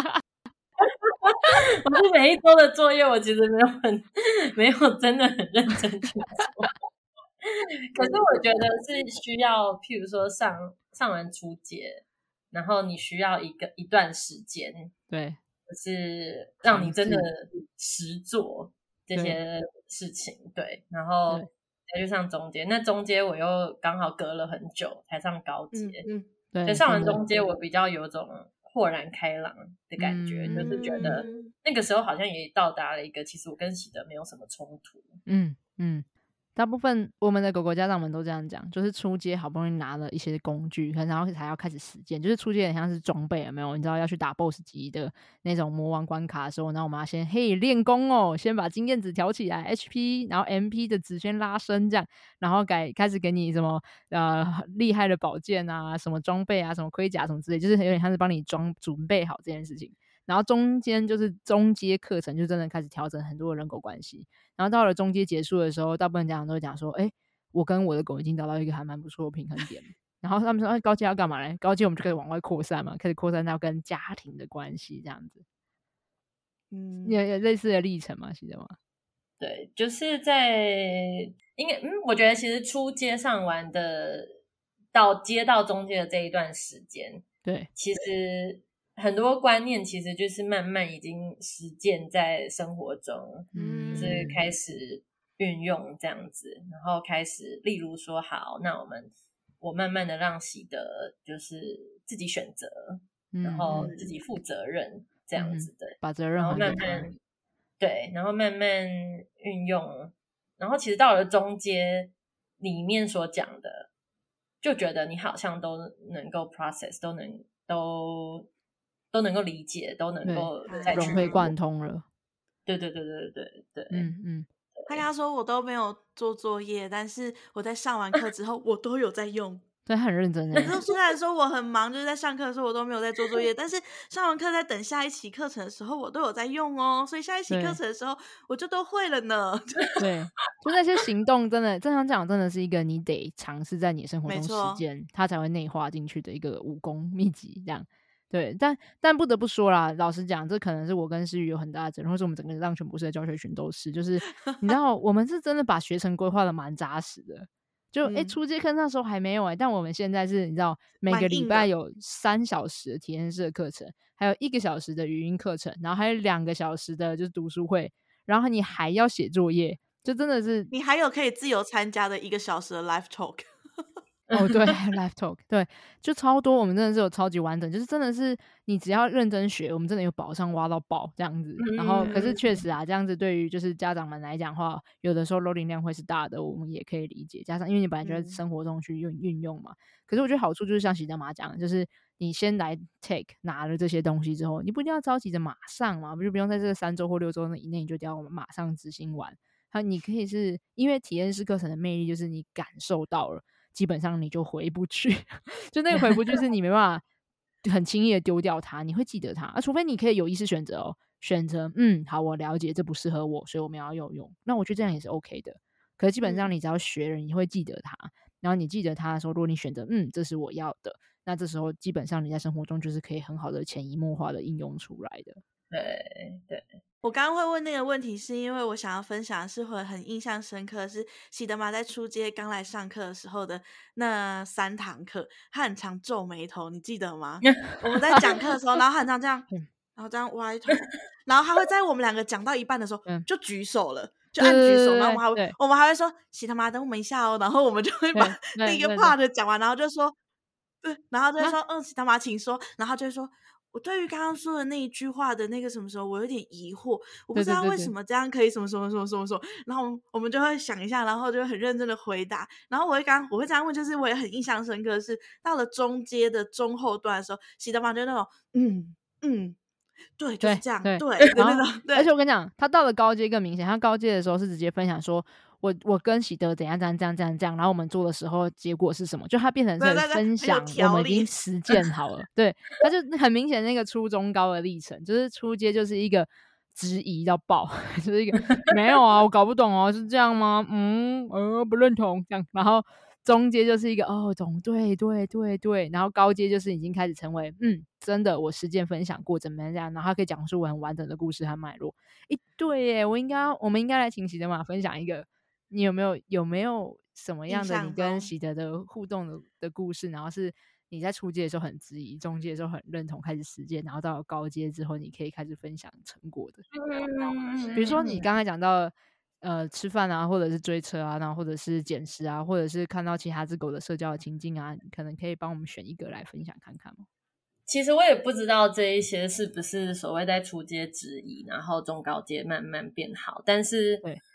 是每一周的作业，我其实没有真的很认真去做。可是我觉得是需要，譬如说上完初阶，然后你需要一段时间， 对， 就是让你真的实做这些事情，对，然后再去上中阶。那中阶我又刚好隔了很久才上高阶， 对， 所以上完中阶我比较有种豁然开朗的感觉，就是觉得那个时候好像也到达了一个，其实我跟喜德没有什么冲突。 大部分我们的狗狗家长们都这样讲，就是初阶好不容易拿了一些工具，然后才要开始实践，就是初阶很像是装备，有没有？你知道要去打 BOSS 级的那种魔王关卡的时候，然后我们要先练功哦，先把经验值调起来 HP， 然后 MP 的值先拉升这样，然后开始给你什么厉害的宝剑啊，什么装备啊，什么盔甲什么之类，就是有点像是帮你准备好这件事情。然后中间就是中阶课程，就真的开始调整很多的人狗关系。然后到了中阶结束的时候，大部分家长都会讲说， 我跟我的狗已经达到一个还蛮不错的平衡点。然后他们说高阶要干嘛呢？高阶我们就可以往外扩散嘛，开始扩散到跟家庭的关系这样子。有类似的历程吗？记得吗？ 对，就是在我觉得其实初阶上完的到接到中阶的这一段时间， 对， 其实很多观念其实就是慢慢已经实践在生活中，就是开始运用这样子，然后开始例如说好，那我慢慢的让喜德就是自己选择，然后自己负责任这样子的， 把责任然后慢慢对，然后慢慢运用，然后其实到了中阶里面所讲的，就觉得你好像都能够 process， 都能够理解，都能够再去融会贯通了。 对， 他刚说我都没有做作业，但是我在上完课之后我都有在用。 对，他很认真可是虽然说我很忙，就是在上课的时候我都没有在做作业，但是上完课在等下一期课程的时候我都有在用哦，所以下一期课程的时候我就都会了呢。 对，就那些行动真的正常讲，真的是一个你得尝试在你的生活中实践，它才会内化进去的一个武功秘籍这样。对，但不得不说啦，老实讲，这可能是我跟诗瑜有很大的责任，或是我们整个让全博士的教学群都是，就是你知道我们是真的把学程规划的蛮扎实的。就初阶课那时候还没有但我们现在是你知道每个礼拜有3小时的体验式的课程，还有1个小时的语音课程，然后还有2个小时的就是读书会，然后你还要写作业，就真的是你还有可以自由参加的1个小时的 live talk。 哦，对，live talk， 对，就超多，我们真的是有超级完整，就是真的是你只要认真学，我们真的有宝上挖到宝这样子。然后，可是确实啊，这样子对于就是家长们来讲的话，有的时候 loading 量会是大的，我们也可以理解。加上因为你本来就在生活中去运用嘛，可是我觉得好处就是像喜德妈讲的，就是你先来 take 拿了这些东西之后，你不一定要着急着马上嘛，不用在这个3周或6周以内你就一定要马上执行完。你可以是因为体验式课程的魅力就是你感受到了。基本上你就回不去就那个回不去是你没办法很轻易的丢掉它，你会记得它除非你可以有意识选择选择好我了解这不适合我，所以我们要用那我觉得这样也是 OK 的。可是基本上你只要学了你会记得它，然后你记得它的时候，如果你选择这是我要的，那这时候基本上你在生活中就是可以很好的潜移默化的应用出来的。 对， 我刚刚会问那个问题是因为我想要分享的是会很印象深刻，是喜德玛在初阶刚来上课的时候的那3堂课，他很常皱眉头，你记得吗？我们在讲课的时候，然后他很常这样然后这样歪头，然后他会在我们2个讲到一半的时候就举手了，就按举手，然后我们还会说喜德玛等我们一下哦，然后我们就会把那个 part 讲完，然后就说对，然后就会说喜德玛请说，然后就会说我对于刚刚说的那一句话的那个什么时候我有点疑惑，我不知道为什么这样可以什么什么什么什么什么，然后我们就会想一下，然后就会很认真的回答，然后我会这样问，就是我也很印象深刻的是到了中阶的中后段的时候，喜德玛就那种对，就是这样，对那种，对。 而且我跟你讲，他到了高阶更明显，他高阶的时候是直接分享说我跟喜德怎样，然后我们做的时候结果是什么，就他变成是分享我们已经实践好了对，他就很明显那个初中高的历程，就是初阶就是一个质疑到爆就是一个没有啊我搞不懂哦是这样吗不认同这样，然后中阶就是一个懂对，然后高阶就是已经开始成为真的我实践分享过怎么样，然后他可以讲述很完整的故事和脉络。对耶，我们应该来请喜德玛分享一个，你有没有什么样的你跟喜德的互动的故事，然后是你在初阶的时候很质疑，中阶的时候很认同开始实践，然后到了高阶之后你可以开始分享成果的。比如说你刚才讲到吃饭啊，或者是追车啊，然后或者是捡拾啊，或者是看到其他只狗的社交的情境啊，你可能可以帮我们选一个来分享看看吗？ 其实我也不知道这一些是不是所谓在初阶质疑，然后中高阶慢慢变好，但是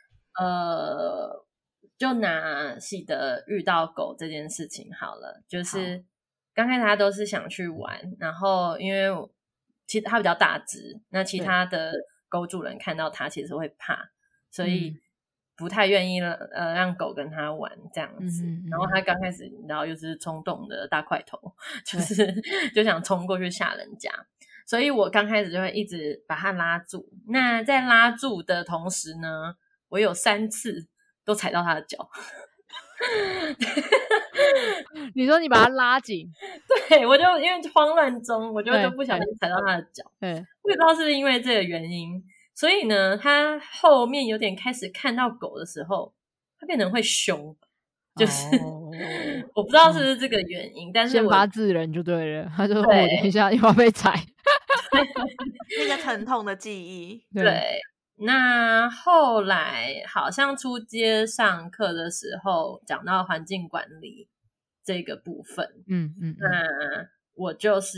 就拿喜德遇到狗这件事情好了，就是刚开始他都是想去玩，然后因为其实他比较大只，那其他的狗主人看到他其实会怕，所以不太愿意让狗跟他玩这样子。然后他刚开始你知道又是冲动的大块头，就是就想冲过去吓人家，所以我刚开始就会一直把他拉住。那在拉住的同时呢，我有3次都踩到他的脚你说你把它拉紧， 对，我就因为慌乱中，我就不小心踩到他的脚。 对， 我也不知道是不是因为这个原因，所以呢，他后面有点开始看到狗的时候，他变成会凶，就是我不知道是不是这个原因，但是先发制人就对了。他说：“我等一下又要被踩。” 那个疼痛的记忆。 对。那后来好像初阶上课的时候讲到环境管理这个部分，那我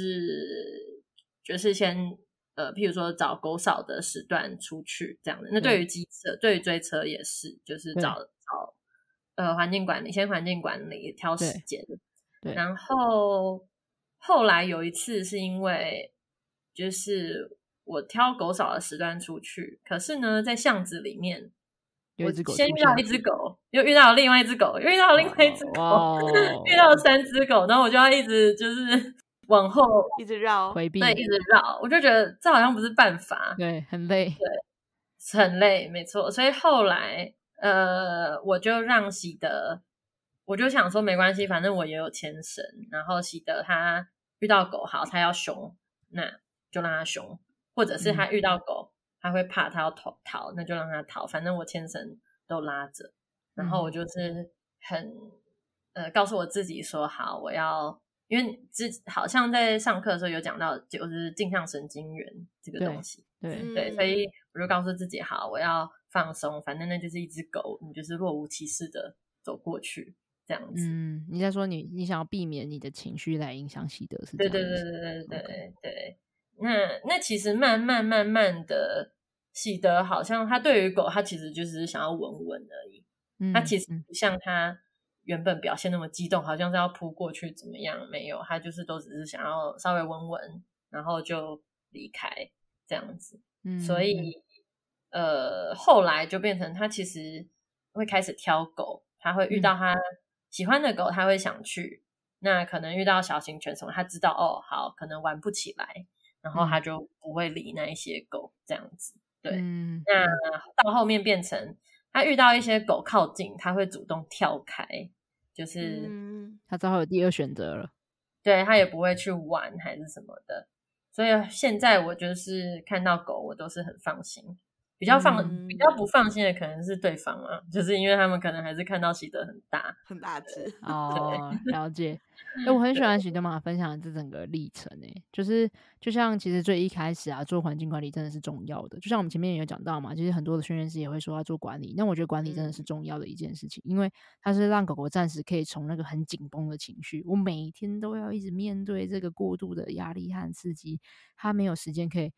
就是先譬如说找狗扫的时段出去这样的。那对于机车，对于追车也是，就是找环境管理，先环境管理挑时间。对，然后后来有一次是因为就是我挑狗扫的时段出去，可是呢在巷子里面我先遇到一只狗，又遇到另外一只狗，又遇到另外一只狗，遇到3只狗，然后我就要一直就是往后一直绕回避， 对，一直绕，我就觉得这好像不是办法， 对，很累， 对，很累，没错。所以后来我就让喜德，我就想说没关系，反正我也有牵绳，然后喜德他遇到狗好，他要凶，那就让他凶，或者是他遇到狗他会怕，他要逃，那就让他逃，反正我牵绳都拉着。然后我就是很告诉我自己说好，我要，因为好像在上课的时候有讲到就是镜像神经元这个东西，对，所以我就告诉自己好，我要放松，反正那就是一只狗，你就是若无其事的走过去这样子。 你在说你想要避免你的情绪来影响喜德，是这样子？ 对。那其实慢慢的，喜德好像他对于狗，他其实就是想要闻闻而已。他其实不像他原本表现那么激动，好像是要扑过去怎么样，没有，他就是都只是想要稍微闻闻，然后就离开这样子。所以后来就变成他其实会开始挑狗，他会遇到他喜欢的狗，他会想去。那可能遇到小型犬什么，他知道哦，好，可能玩不起来，然后他就不会理那一些狗这样子。对，那到后面变成他遇到一些狗靠近，他会主动跳开，就是他正好有第二选择了。 对，他也不会去玩还是什么的。所以现在我就是看到狗我都是很放心。比较不放心的可能是对方啊，就是因为他们可能还是看到喜德很大只哦，了解。我很喜欢喜德妈妈分享的这整个历程就是就像其实最一开始啊，做环境管理真的是重要的，就像我们前面也有讲到嘛，其实很多的训练师也会说要做管理，那我觉得管理真的是重要的一件事情，因为它是让狗狗暂时可以从那个很紧绷的情绪，我每天都要一直面对这个过度的压力和刺激，它没有时间可以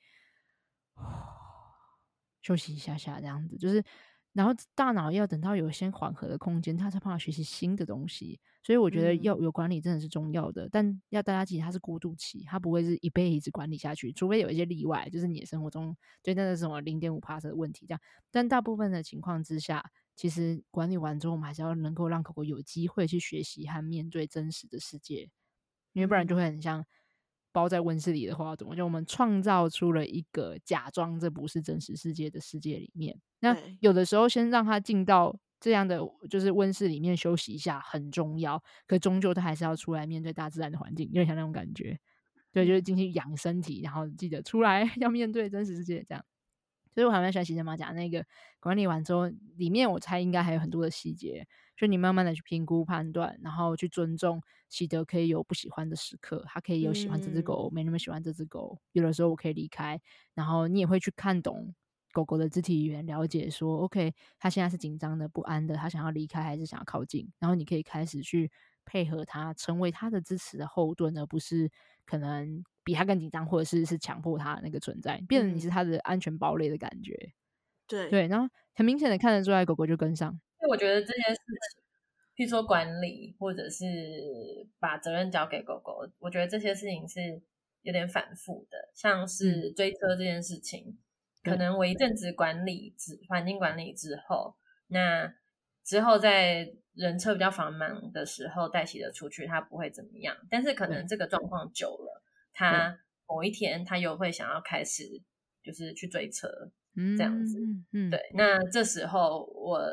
休息一下下这样子，就是然后大脑要等到有先缓和的空间，他才办法学习新的东西。所以我觉得要有管理真的是重要的，但要大家记得它是过渡期，它不会是一辈子管理下去，除非有一些例外，就是你的生活中就真的是什么 0.5% 的问题这样。但大部分的情况之下，其实管理完之后，我们还是要能够让狗狗有机会去学习和面对真实的世界，因为不然就会很像包在温室里的花朵，就我们创造出了一个假装这不是真实世界的世界里面。那有的时候先让它进到这样的就是温室里面休息一下很重要，可终究它还是要出来面对大自然的环境，有点像那种感觉。对，就是进去养身体，然后记得出来要面对真实世界这样。所以我还蛮喜欢喜德妈讲那个管理完之后，里面我猜应该还有很多的细节，就你慢慢的去评估判断，然后去尊重喜德可以有不喜欢的时刻，他可以有喜欢这只狗，没那么喜欢这只狗，有的时候我可以离开，然后你也会去看懂狗狗的肢体语言，了解说 OK 他现在是紧张的不安的，他想要离开还是想要靠近，然后你可以开始去配合他，成为他的支持的后盾，而不是可能比他更紧张，或者是强迫他的那个存在，变成你是他的安全堡垒的感觉。对，然后很明显的看得出来狗狗就跟上。 所以我觉得这件事情譬如说管理或者是把责任交给狗狗，我觉得这些事情是有点反复的，像是追车这件事情，可能我一阵子环境管理之后，那之后在人车比较繁忙的时候带喜德出去他不会怎么样，但是可能这个状况久了，他某一天他又会想要开始就是去追车这样子。对，那这时候我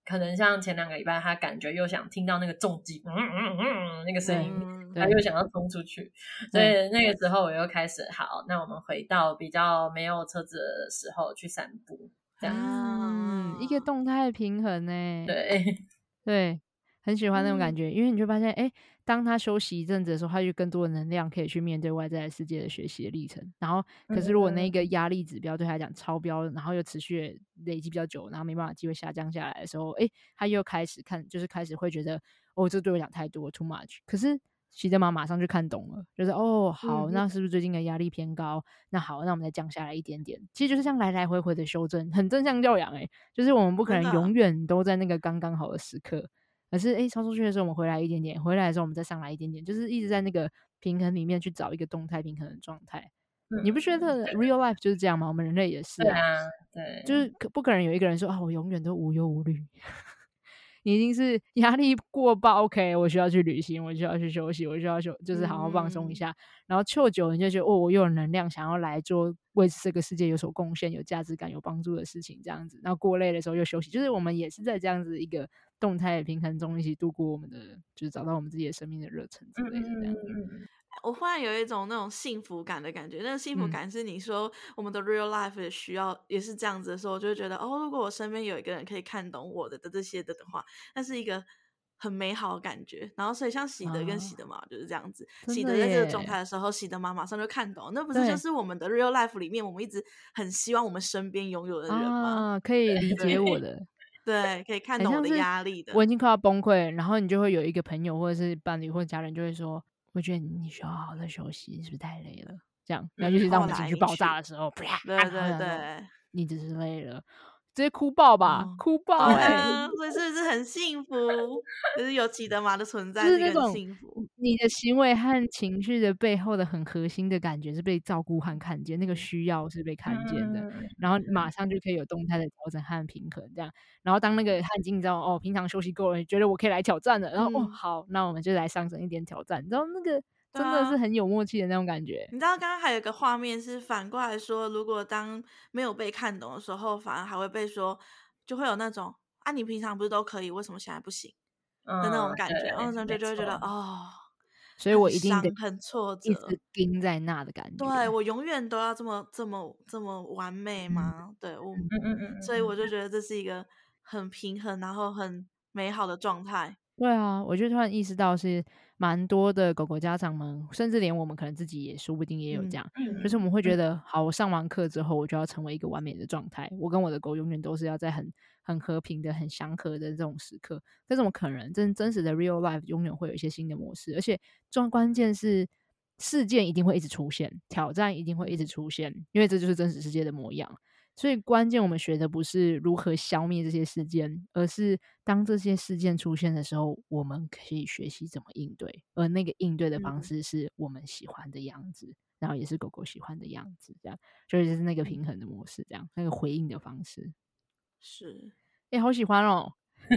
可能像前2个礼拜他感觉又想听到那个重击那个声音，他又想要冲出去，所以那个时候我又开始好，那我们回到比较没有车子的时候去散步这样一个动态平衡欸。 对， 很喜欢那种感觉，因为你就发现当他休息一阵子的时候，他就更多的能量可以去面对外在的世界的学习的历程。然后可是如果那个压力指标对他来讲超标，然后又持续累积比较久，然后没办法机会下降下来的时候，他又开始就是开始会觉得这对我讲太多 too much。可是喜德玛马上就看懂了，就是好，那是不是最近的压力偏高？那好，那我们再降下来一点点。其实就是这样来来回回的修正，很正向教养就是我们不可能永远都在那个刚刚好的时刻，可是超出去的时候我们回来一点点，回来的时候我们再上来一点点，就是一直在那个平衡里面去找一个动态平衡的状态。你不觉得 real life 就是这样吗？我们人类也是对啊，对， 就是不可能有一个人说我永远都无忧无虑。你一定是压力过爆 OK， 我需要去旅行，我需要去休息，我需要就是好好放松一下，然后秋久你就觉得我又有能量想要来做为这个世界有所贡献、有价值感、有帮助的事情这样子，然后过累的时候又休息，就是我们也是在这样子一个动态的平衡中一起度过我们的，就是找到我们自己的生命的热忱之类的这样。 我忽然有一种那种幸福感的感觉，那个幸福感是你说我们的 real life 也需要也是这样子的时候，我就会觉得如果我身边有一个人可以看懂我的这些的话，那是一个很美好的感觉。然后所以像喜德跟喜德妈就是这样子，喜德在这个状态的时候，喜德妈马上就看懂，那不是就是我们的 real life 里面我们一直很希望我们身边拥有的人吗？ 可以理解我的。 对，可以看懂我的压力的。 我已经快要崩溃，然后你就会有一个朋友或者是伴侣或者家人就会说，我觉得你需要好好的休息，你是不是太累了？这样，然后就是当我们情绪爆炸的时候， 对， 你只是累了，直接哭爆吧，哭爆所以是不是很幸福？就是有喜德玛的存在， 就是那种幸福。 你的行为和情绪的背后的很核心的感觉是被照顾和看见，那个需要是被看见的，然后马上就可以有动态的调整和平衡这样。然后当那个他已经你知道平常休息够了，觉得我可以来挑战了，然后好，那我们就来上升一点挑战，你知道那个真的是很有默契的那种感觉。 你知道刚刚还有一个画面是反过来说，如果当没有被看懂的时候，反而还会被说，就会有那种你平常不是都可以，为什么现在不行的那种感觉，然后就会觉得所以我一定得很挫折， 一直盯在那的感觉。 对，我永远都要这么完美吗？对，所以我就觉得这是一个很平衡，然后很美好的状态。 对啊，我就突然意识到是蛮多的狗狗家长们，甚至连我们可能自己也说不定也有这样，就是我们会觉得好，我上完课之后我就要成为一个完美的状态，我跟我的狗永远都是要在很和平的、很祥和的这种时刻，这怎么可能？真实的 real life 永远会有一些新的模式，而且关键是事件一定会一直出现，挑战一定会一直出现，因为这就是真实世界的模样。所以关键我们学的不是如何消灭这些事件，而是当这些事件出现的时候，我们可以学习怎么应对，而那个应对的方式是我们喜欢的样子，然后也是狗狗喜欢的样子，这样就是那个平衡的模式，这样那个回应的方式是好喜欢哦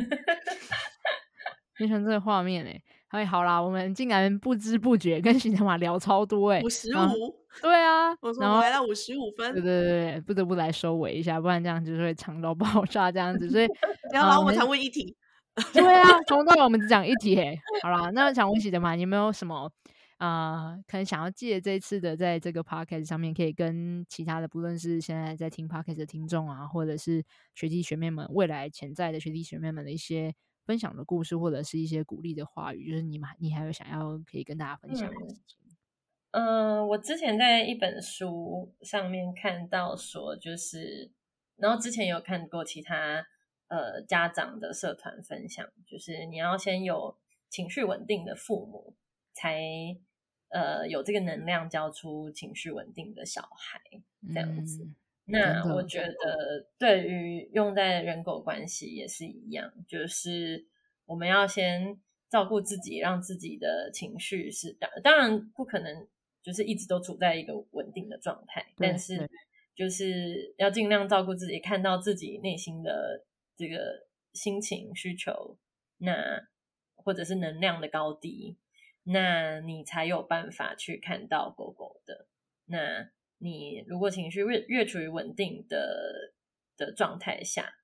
变成这个画面好啦，我们竟然不知不觉跟喜德玛聊超多 55， 对啊， 我说我来到55分， 对，不得不来收尾一下，不然这样就是会长到爆炸这样子，所以然后我们才问一题， 对啊，从头到尾我们只讲一题好啦，那想问喜德玛，你有没有什么可能想要借这次的在这个 podcast 上面，可以跟其他的不论是现在在听 podcast 的听众啊，或者是学弟学妹们，未来潜在的学弟学妹们的一些分享的故事，或者是一些鼓励的话语，就是你还有想要可以跟大家分享的事情。 我之前在一本书上面看到说，就是然后之前有看过其他家长的社团分享，就是你要先有情绪稳定的父母，才有这个能量教出情绪稳定的小孩这样子。那我觉得对于用在人狗关系也是一样，就是我们要先照顾自己，让自己的情绪是当然不可能就是一直都处在一个稳定的状态，但是就是要尽量照顾自己，看到自己内心的这个心情需求，那或者是能量的高低，那你才有办法去看到狗狗的。那你如果情绪越处于稳定的状态下，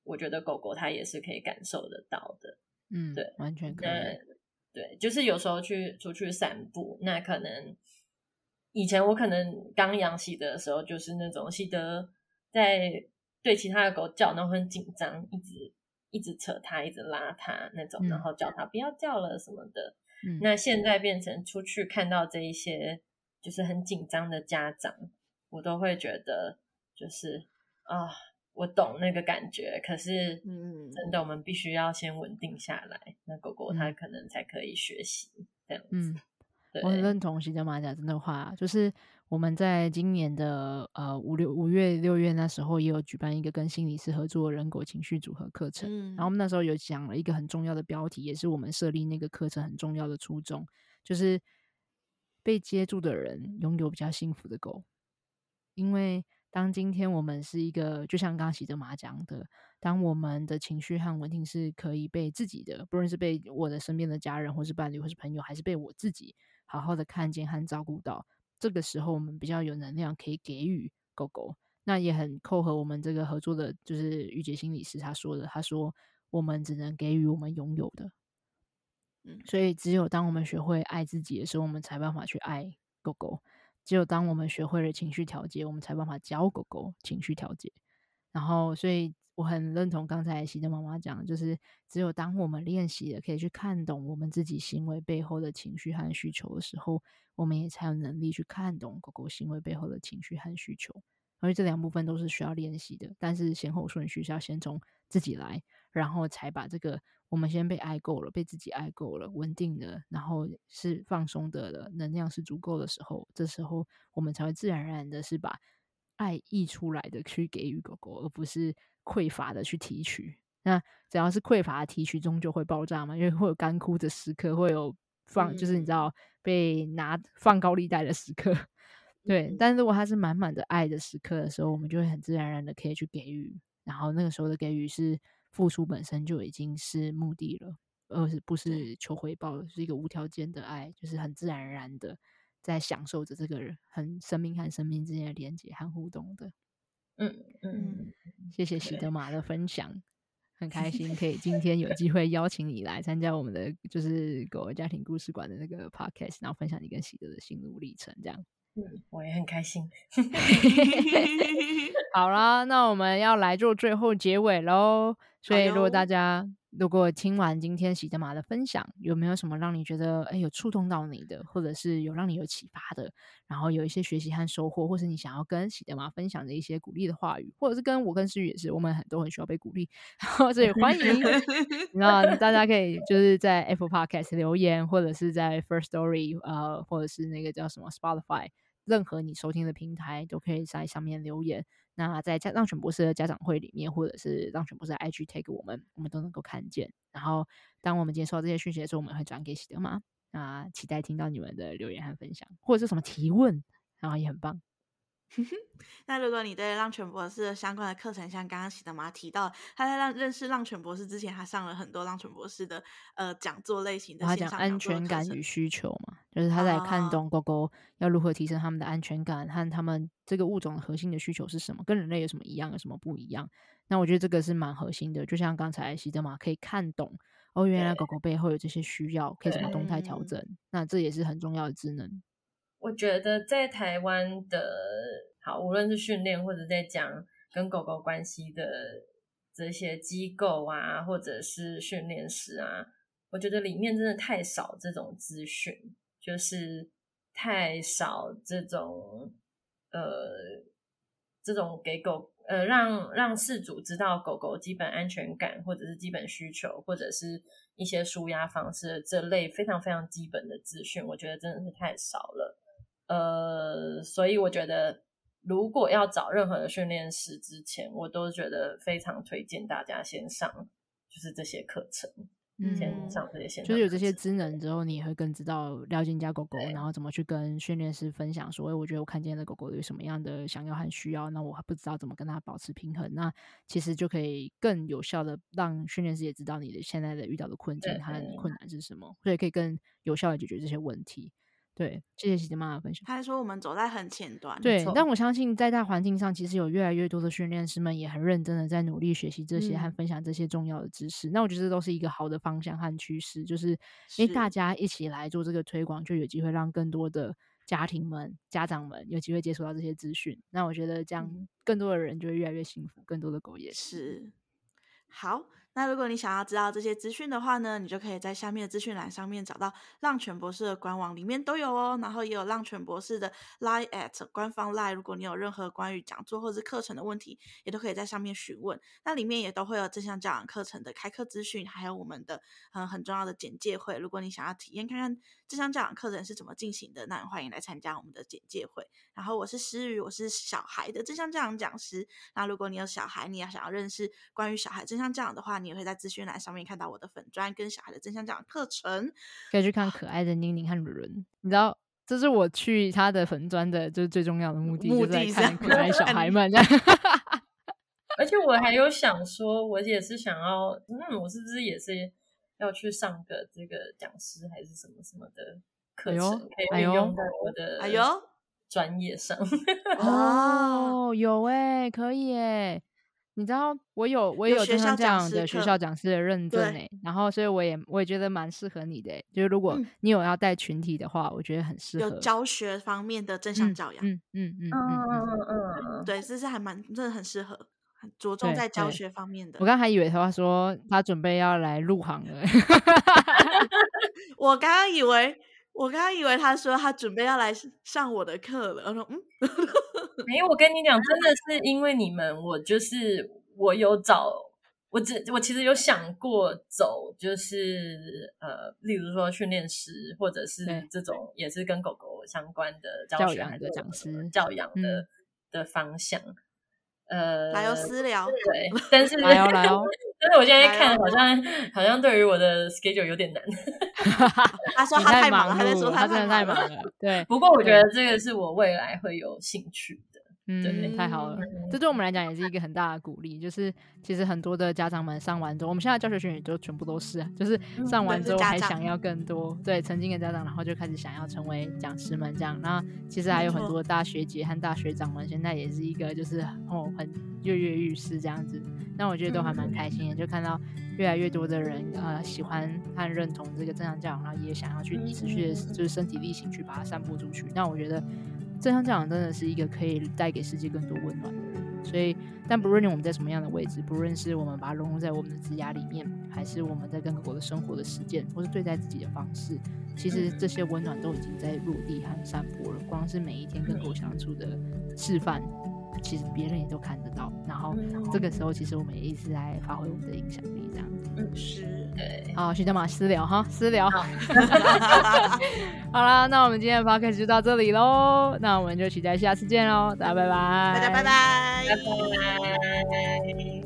我觉得狗狗它也是可以感受得到的。对， 完全可以。 对，就是有时候出去散步，那可能以前我可能刚养喜德的时候，就是那种喜德在对其他的狗叫，然后很紧张，一直扯它，一直拉它那种，然后叫它不要叫了什么的。那现在变成出去看到这一些就是很紧张的家长，我都会觉得就是我懂那个感觉，可是真的我们必须要先稳定下来，那狗狗它可能才可以学习这样子。 我很认同喜德玛讲真的话，就是我们在今年的5月6月那时候也有举办一个跟心理师合作的人狗情绪组合课程，然后我们那时候有讲了一个很重要的标题，也是我们设立那个课程很重要的初衷，就是被接住的人拥有比较幸福的狗。因为当今天我们是一个就像刚刚喜德玛讲的，当我们的情绪和稳定是可以被自己的，不论是被我的身边的家人或是伴侣或是朋友，还是被我自己好好的看见和照顾到，这个时候我们比较有能量可以给予狗狗。那也很扣合我们这个合作的就是玉洁心理师他说的，他说我们只能给予我们拥有的。所以只有当我们学会爱自己的时候，我们才办法去爱狗狗。只有当我们学会了情绪调节，我们才办法教狗狗情绪调节。然后所以我很认同刚才喜德妈妈讲，就是只有当我们练习了可以去看懂我们自己行为背后的情绪和需求的时候，我们也才有能力去看懂狗狗行为背后的情绪和需求。而且这两部分都是需要练习的，但是先后顺序是要先从自己来，然后才把这个我们先被爱够了，被自己爱够了，稳定的，然后是放松的了，能量是足够的时候，这时候我们才会自然而然的是把爱溢出来的去给予狗狗，而不是匮乏的去提取。那只要是匮乏的提取，终究会爆炸嘛，因为会有干枯的时刻，会有就是你知道被放高利贷的时刻。对，但如果它是满满的爱的时刻的时候，我们就会很自然而然的可以去给予，然后那个时候的给予是付出本身就已经是目的了，不是求回报，是一个无条件的爱，就是很自然而然的在享受着这个很生命和生命之间的连接和互动的。谢谢喜德玛的分享，很开心可以今天有机会邀请你来参加我们的就是狗儿家庭故事馆的那个 podcast， 然后分享你跟喜德的心路历程这样。 我也很开心。 好啦，那我们要来做最后结尾咯。所以如果大家听完今天喜德玛的分享，有没有什么让你觉得有触动到你的，或者是有让你有启发的，然后有一些学习和收获，或是你想要跟喜德玛分享的一些鼓励的话语，或者是跟我跟诗雨也是，我们都很需要被鼓励，然后所以欢迎那大家可以就是在 Apple Podcast 留言，或者是在 First Story 或者是那个叫什么 Spotify， 任何你收听的平台都可以在上面留言。那在让犬博士的家长会里面，或者是让犬博士的 IG tag 我们都能够看见。然后当我们接收到这些讯息的时候，我们会转给喜德玛。那期待听到你们的留言和分享，或者是什么提问，然后也很棒。 那如果你对浪犬博士的相关的课程，像刚刚喜德玛提到，他在认识浪犬博士之前，他上了很多浪犬博士的讲座类型的线上讲座的课程。他讲安全感与需求嘛，就是他在看懂狗狗要如何提升他们的安全感，和他们这个物种的核心的需求是什么，跟人类有什么一样，有什么不一样。那我觉得这个是蛮核心的，就像刚才喜德玛可以看懂原来狗狗背后有这些需要，可以怎么动态调整，那这也是很重要的职能。 我觉得在台湾的无论是训练或者在讲跟狗狗关系的这些机构啊，或者是训练师啊，我觉得里面真的太少这种资讯，就是太少这种给狗让饲主知道狗狗基本安全感，或者是基本需求，或者是一些抒压方式这类非常非常基本的资讯，我觉得真的是太少了。所以我觉得如果要找任何的训练师之前，我都觉得非常推荐大家先上就是这些课程，先上这些线上课程， 就是有这些职能之后，你也会更知道了解你家狗狗，然后怎么去跟训练师分享说我觉得我看见的狗狗有什么样的想要和需要，那我还不知道怎么跟它保持平衡，那其实就可以更有效的让训练师也知道你的现在的遇到的困境和困难是什么，所以可以更有效的解决这些问题。 对，谢谢喜姐妈的分享。 他还说我们走在很前端， 对，但我相信在大环境上，其实有越来越多的训练师们也很认真的在努力学习这些和分享这些重要的知识。那我觉得这都是一个好的方向和趋势，就是因为大家一起来做这个推广，就有机会让更多的家庭们、家长们有机会接触到这些资讯。那我觉得这样更多的人就会越来越幸福，更多的狗也是。好，那如果你想要知道这些资讯的话呢，你就可以在下面的资讯栏上面找到浪犬博士的官网，里面都有哦。然后也有浪犬博士的 Line@ 官方 Line， 如果你有任何关于讲座或是课程的问题，也都可以在上面询问。那里面也都会有正向教养课程的开课资讯，还有我们的很重要的简介会。如果你想要体验看看正向教养课程是怎么进行的，那也欢迎来参加我们的简介会。然后我是诗瑜，我是小孩的正向教养讲师。那如果你有小孩，你也想要认识关于小孩正向教养的话，你也会在资讯栏上面看到我的粉专跟小孩的正向教养课程， 可以去看可爱的宁宁和伦伦。你知道这是我去他的粉专的就是最重要的目的，就是来看可爱小孩们而且我还有想说，我也是想要我是不是也是要去上个这个讲师还是什么什么的课程，可以运用在我的专业上。 哦，有耶，可以耶。你知道我有正向教养的学校讲师的认证耶，然后所以我也觉得蛮适合你的耶，就是如果你有要带群体的话，我觉得很适合。 有教学方面的正向教养，对，这是真的很适合，很着重在教学方面的。 我刚还以为他说他准备要来入行了我刚刚以为他说他准备要来上我的课了。我说没有，我跟你讲，真的是因为你们，我有找我其实有想过走，就是例如说训练师，或者是这种也是跟狗狗相关的教学的讲师、 教养的方向。 来哦，私聊。 对，但是来哦。 但是我现在看好像对于我的 schedule 有点难。 他说他太忙了，他在说他真的太忙了。对， 不过我觉得这个是我未来会有兴趣的。 对，太好了，这对我们来讲也是一个很大的鼓励。就是其实很多的家长们上完之后，我们现在教学群也都全部都是就是上完之后还想要更多，对曾经的家长，然后就开始想要成为讲师们这样。那其实还有很多大学姐和大学长们，现在也是一个就是很跃跃欲试这样子。那我觉得都还蛮开心的，就看到越来越多的人喜欢和认同这个正向教养，然后也想要去持续的就是身体力行去把它散播出去。那我觉得正向教养真的是一个可以带给世界更多温暖的人，所以但不论我们在什么样的位置，不论是我们把它融入在我们的职涯里面，还是我们在跟狗狗的生活的实践，或是对待自己的方式，其实这些温暖都已经在落地和散播了。光是每一天跟狗相处的示范，其实别人也都看得到，然后这个时候其实我们也一直在发挥我们的影响力这样子。 是， 对。 好，徐德玛私聊哈，私聊。好啦，那我们今天的 podcast 就到这里咯，那我们就期待下次见咯，大家拜拜。 大家拜拜。 拜拜。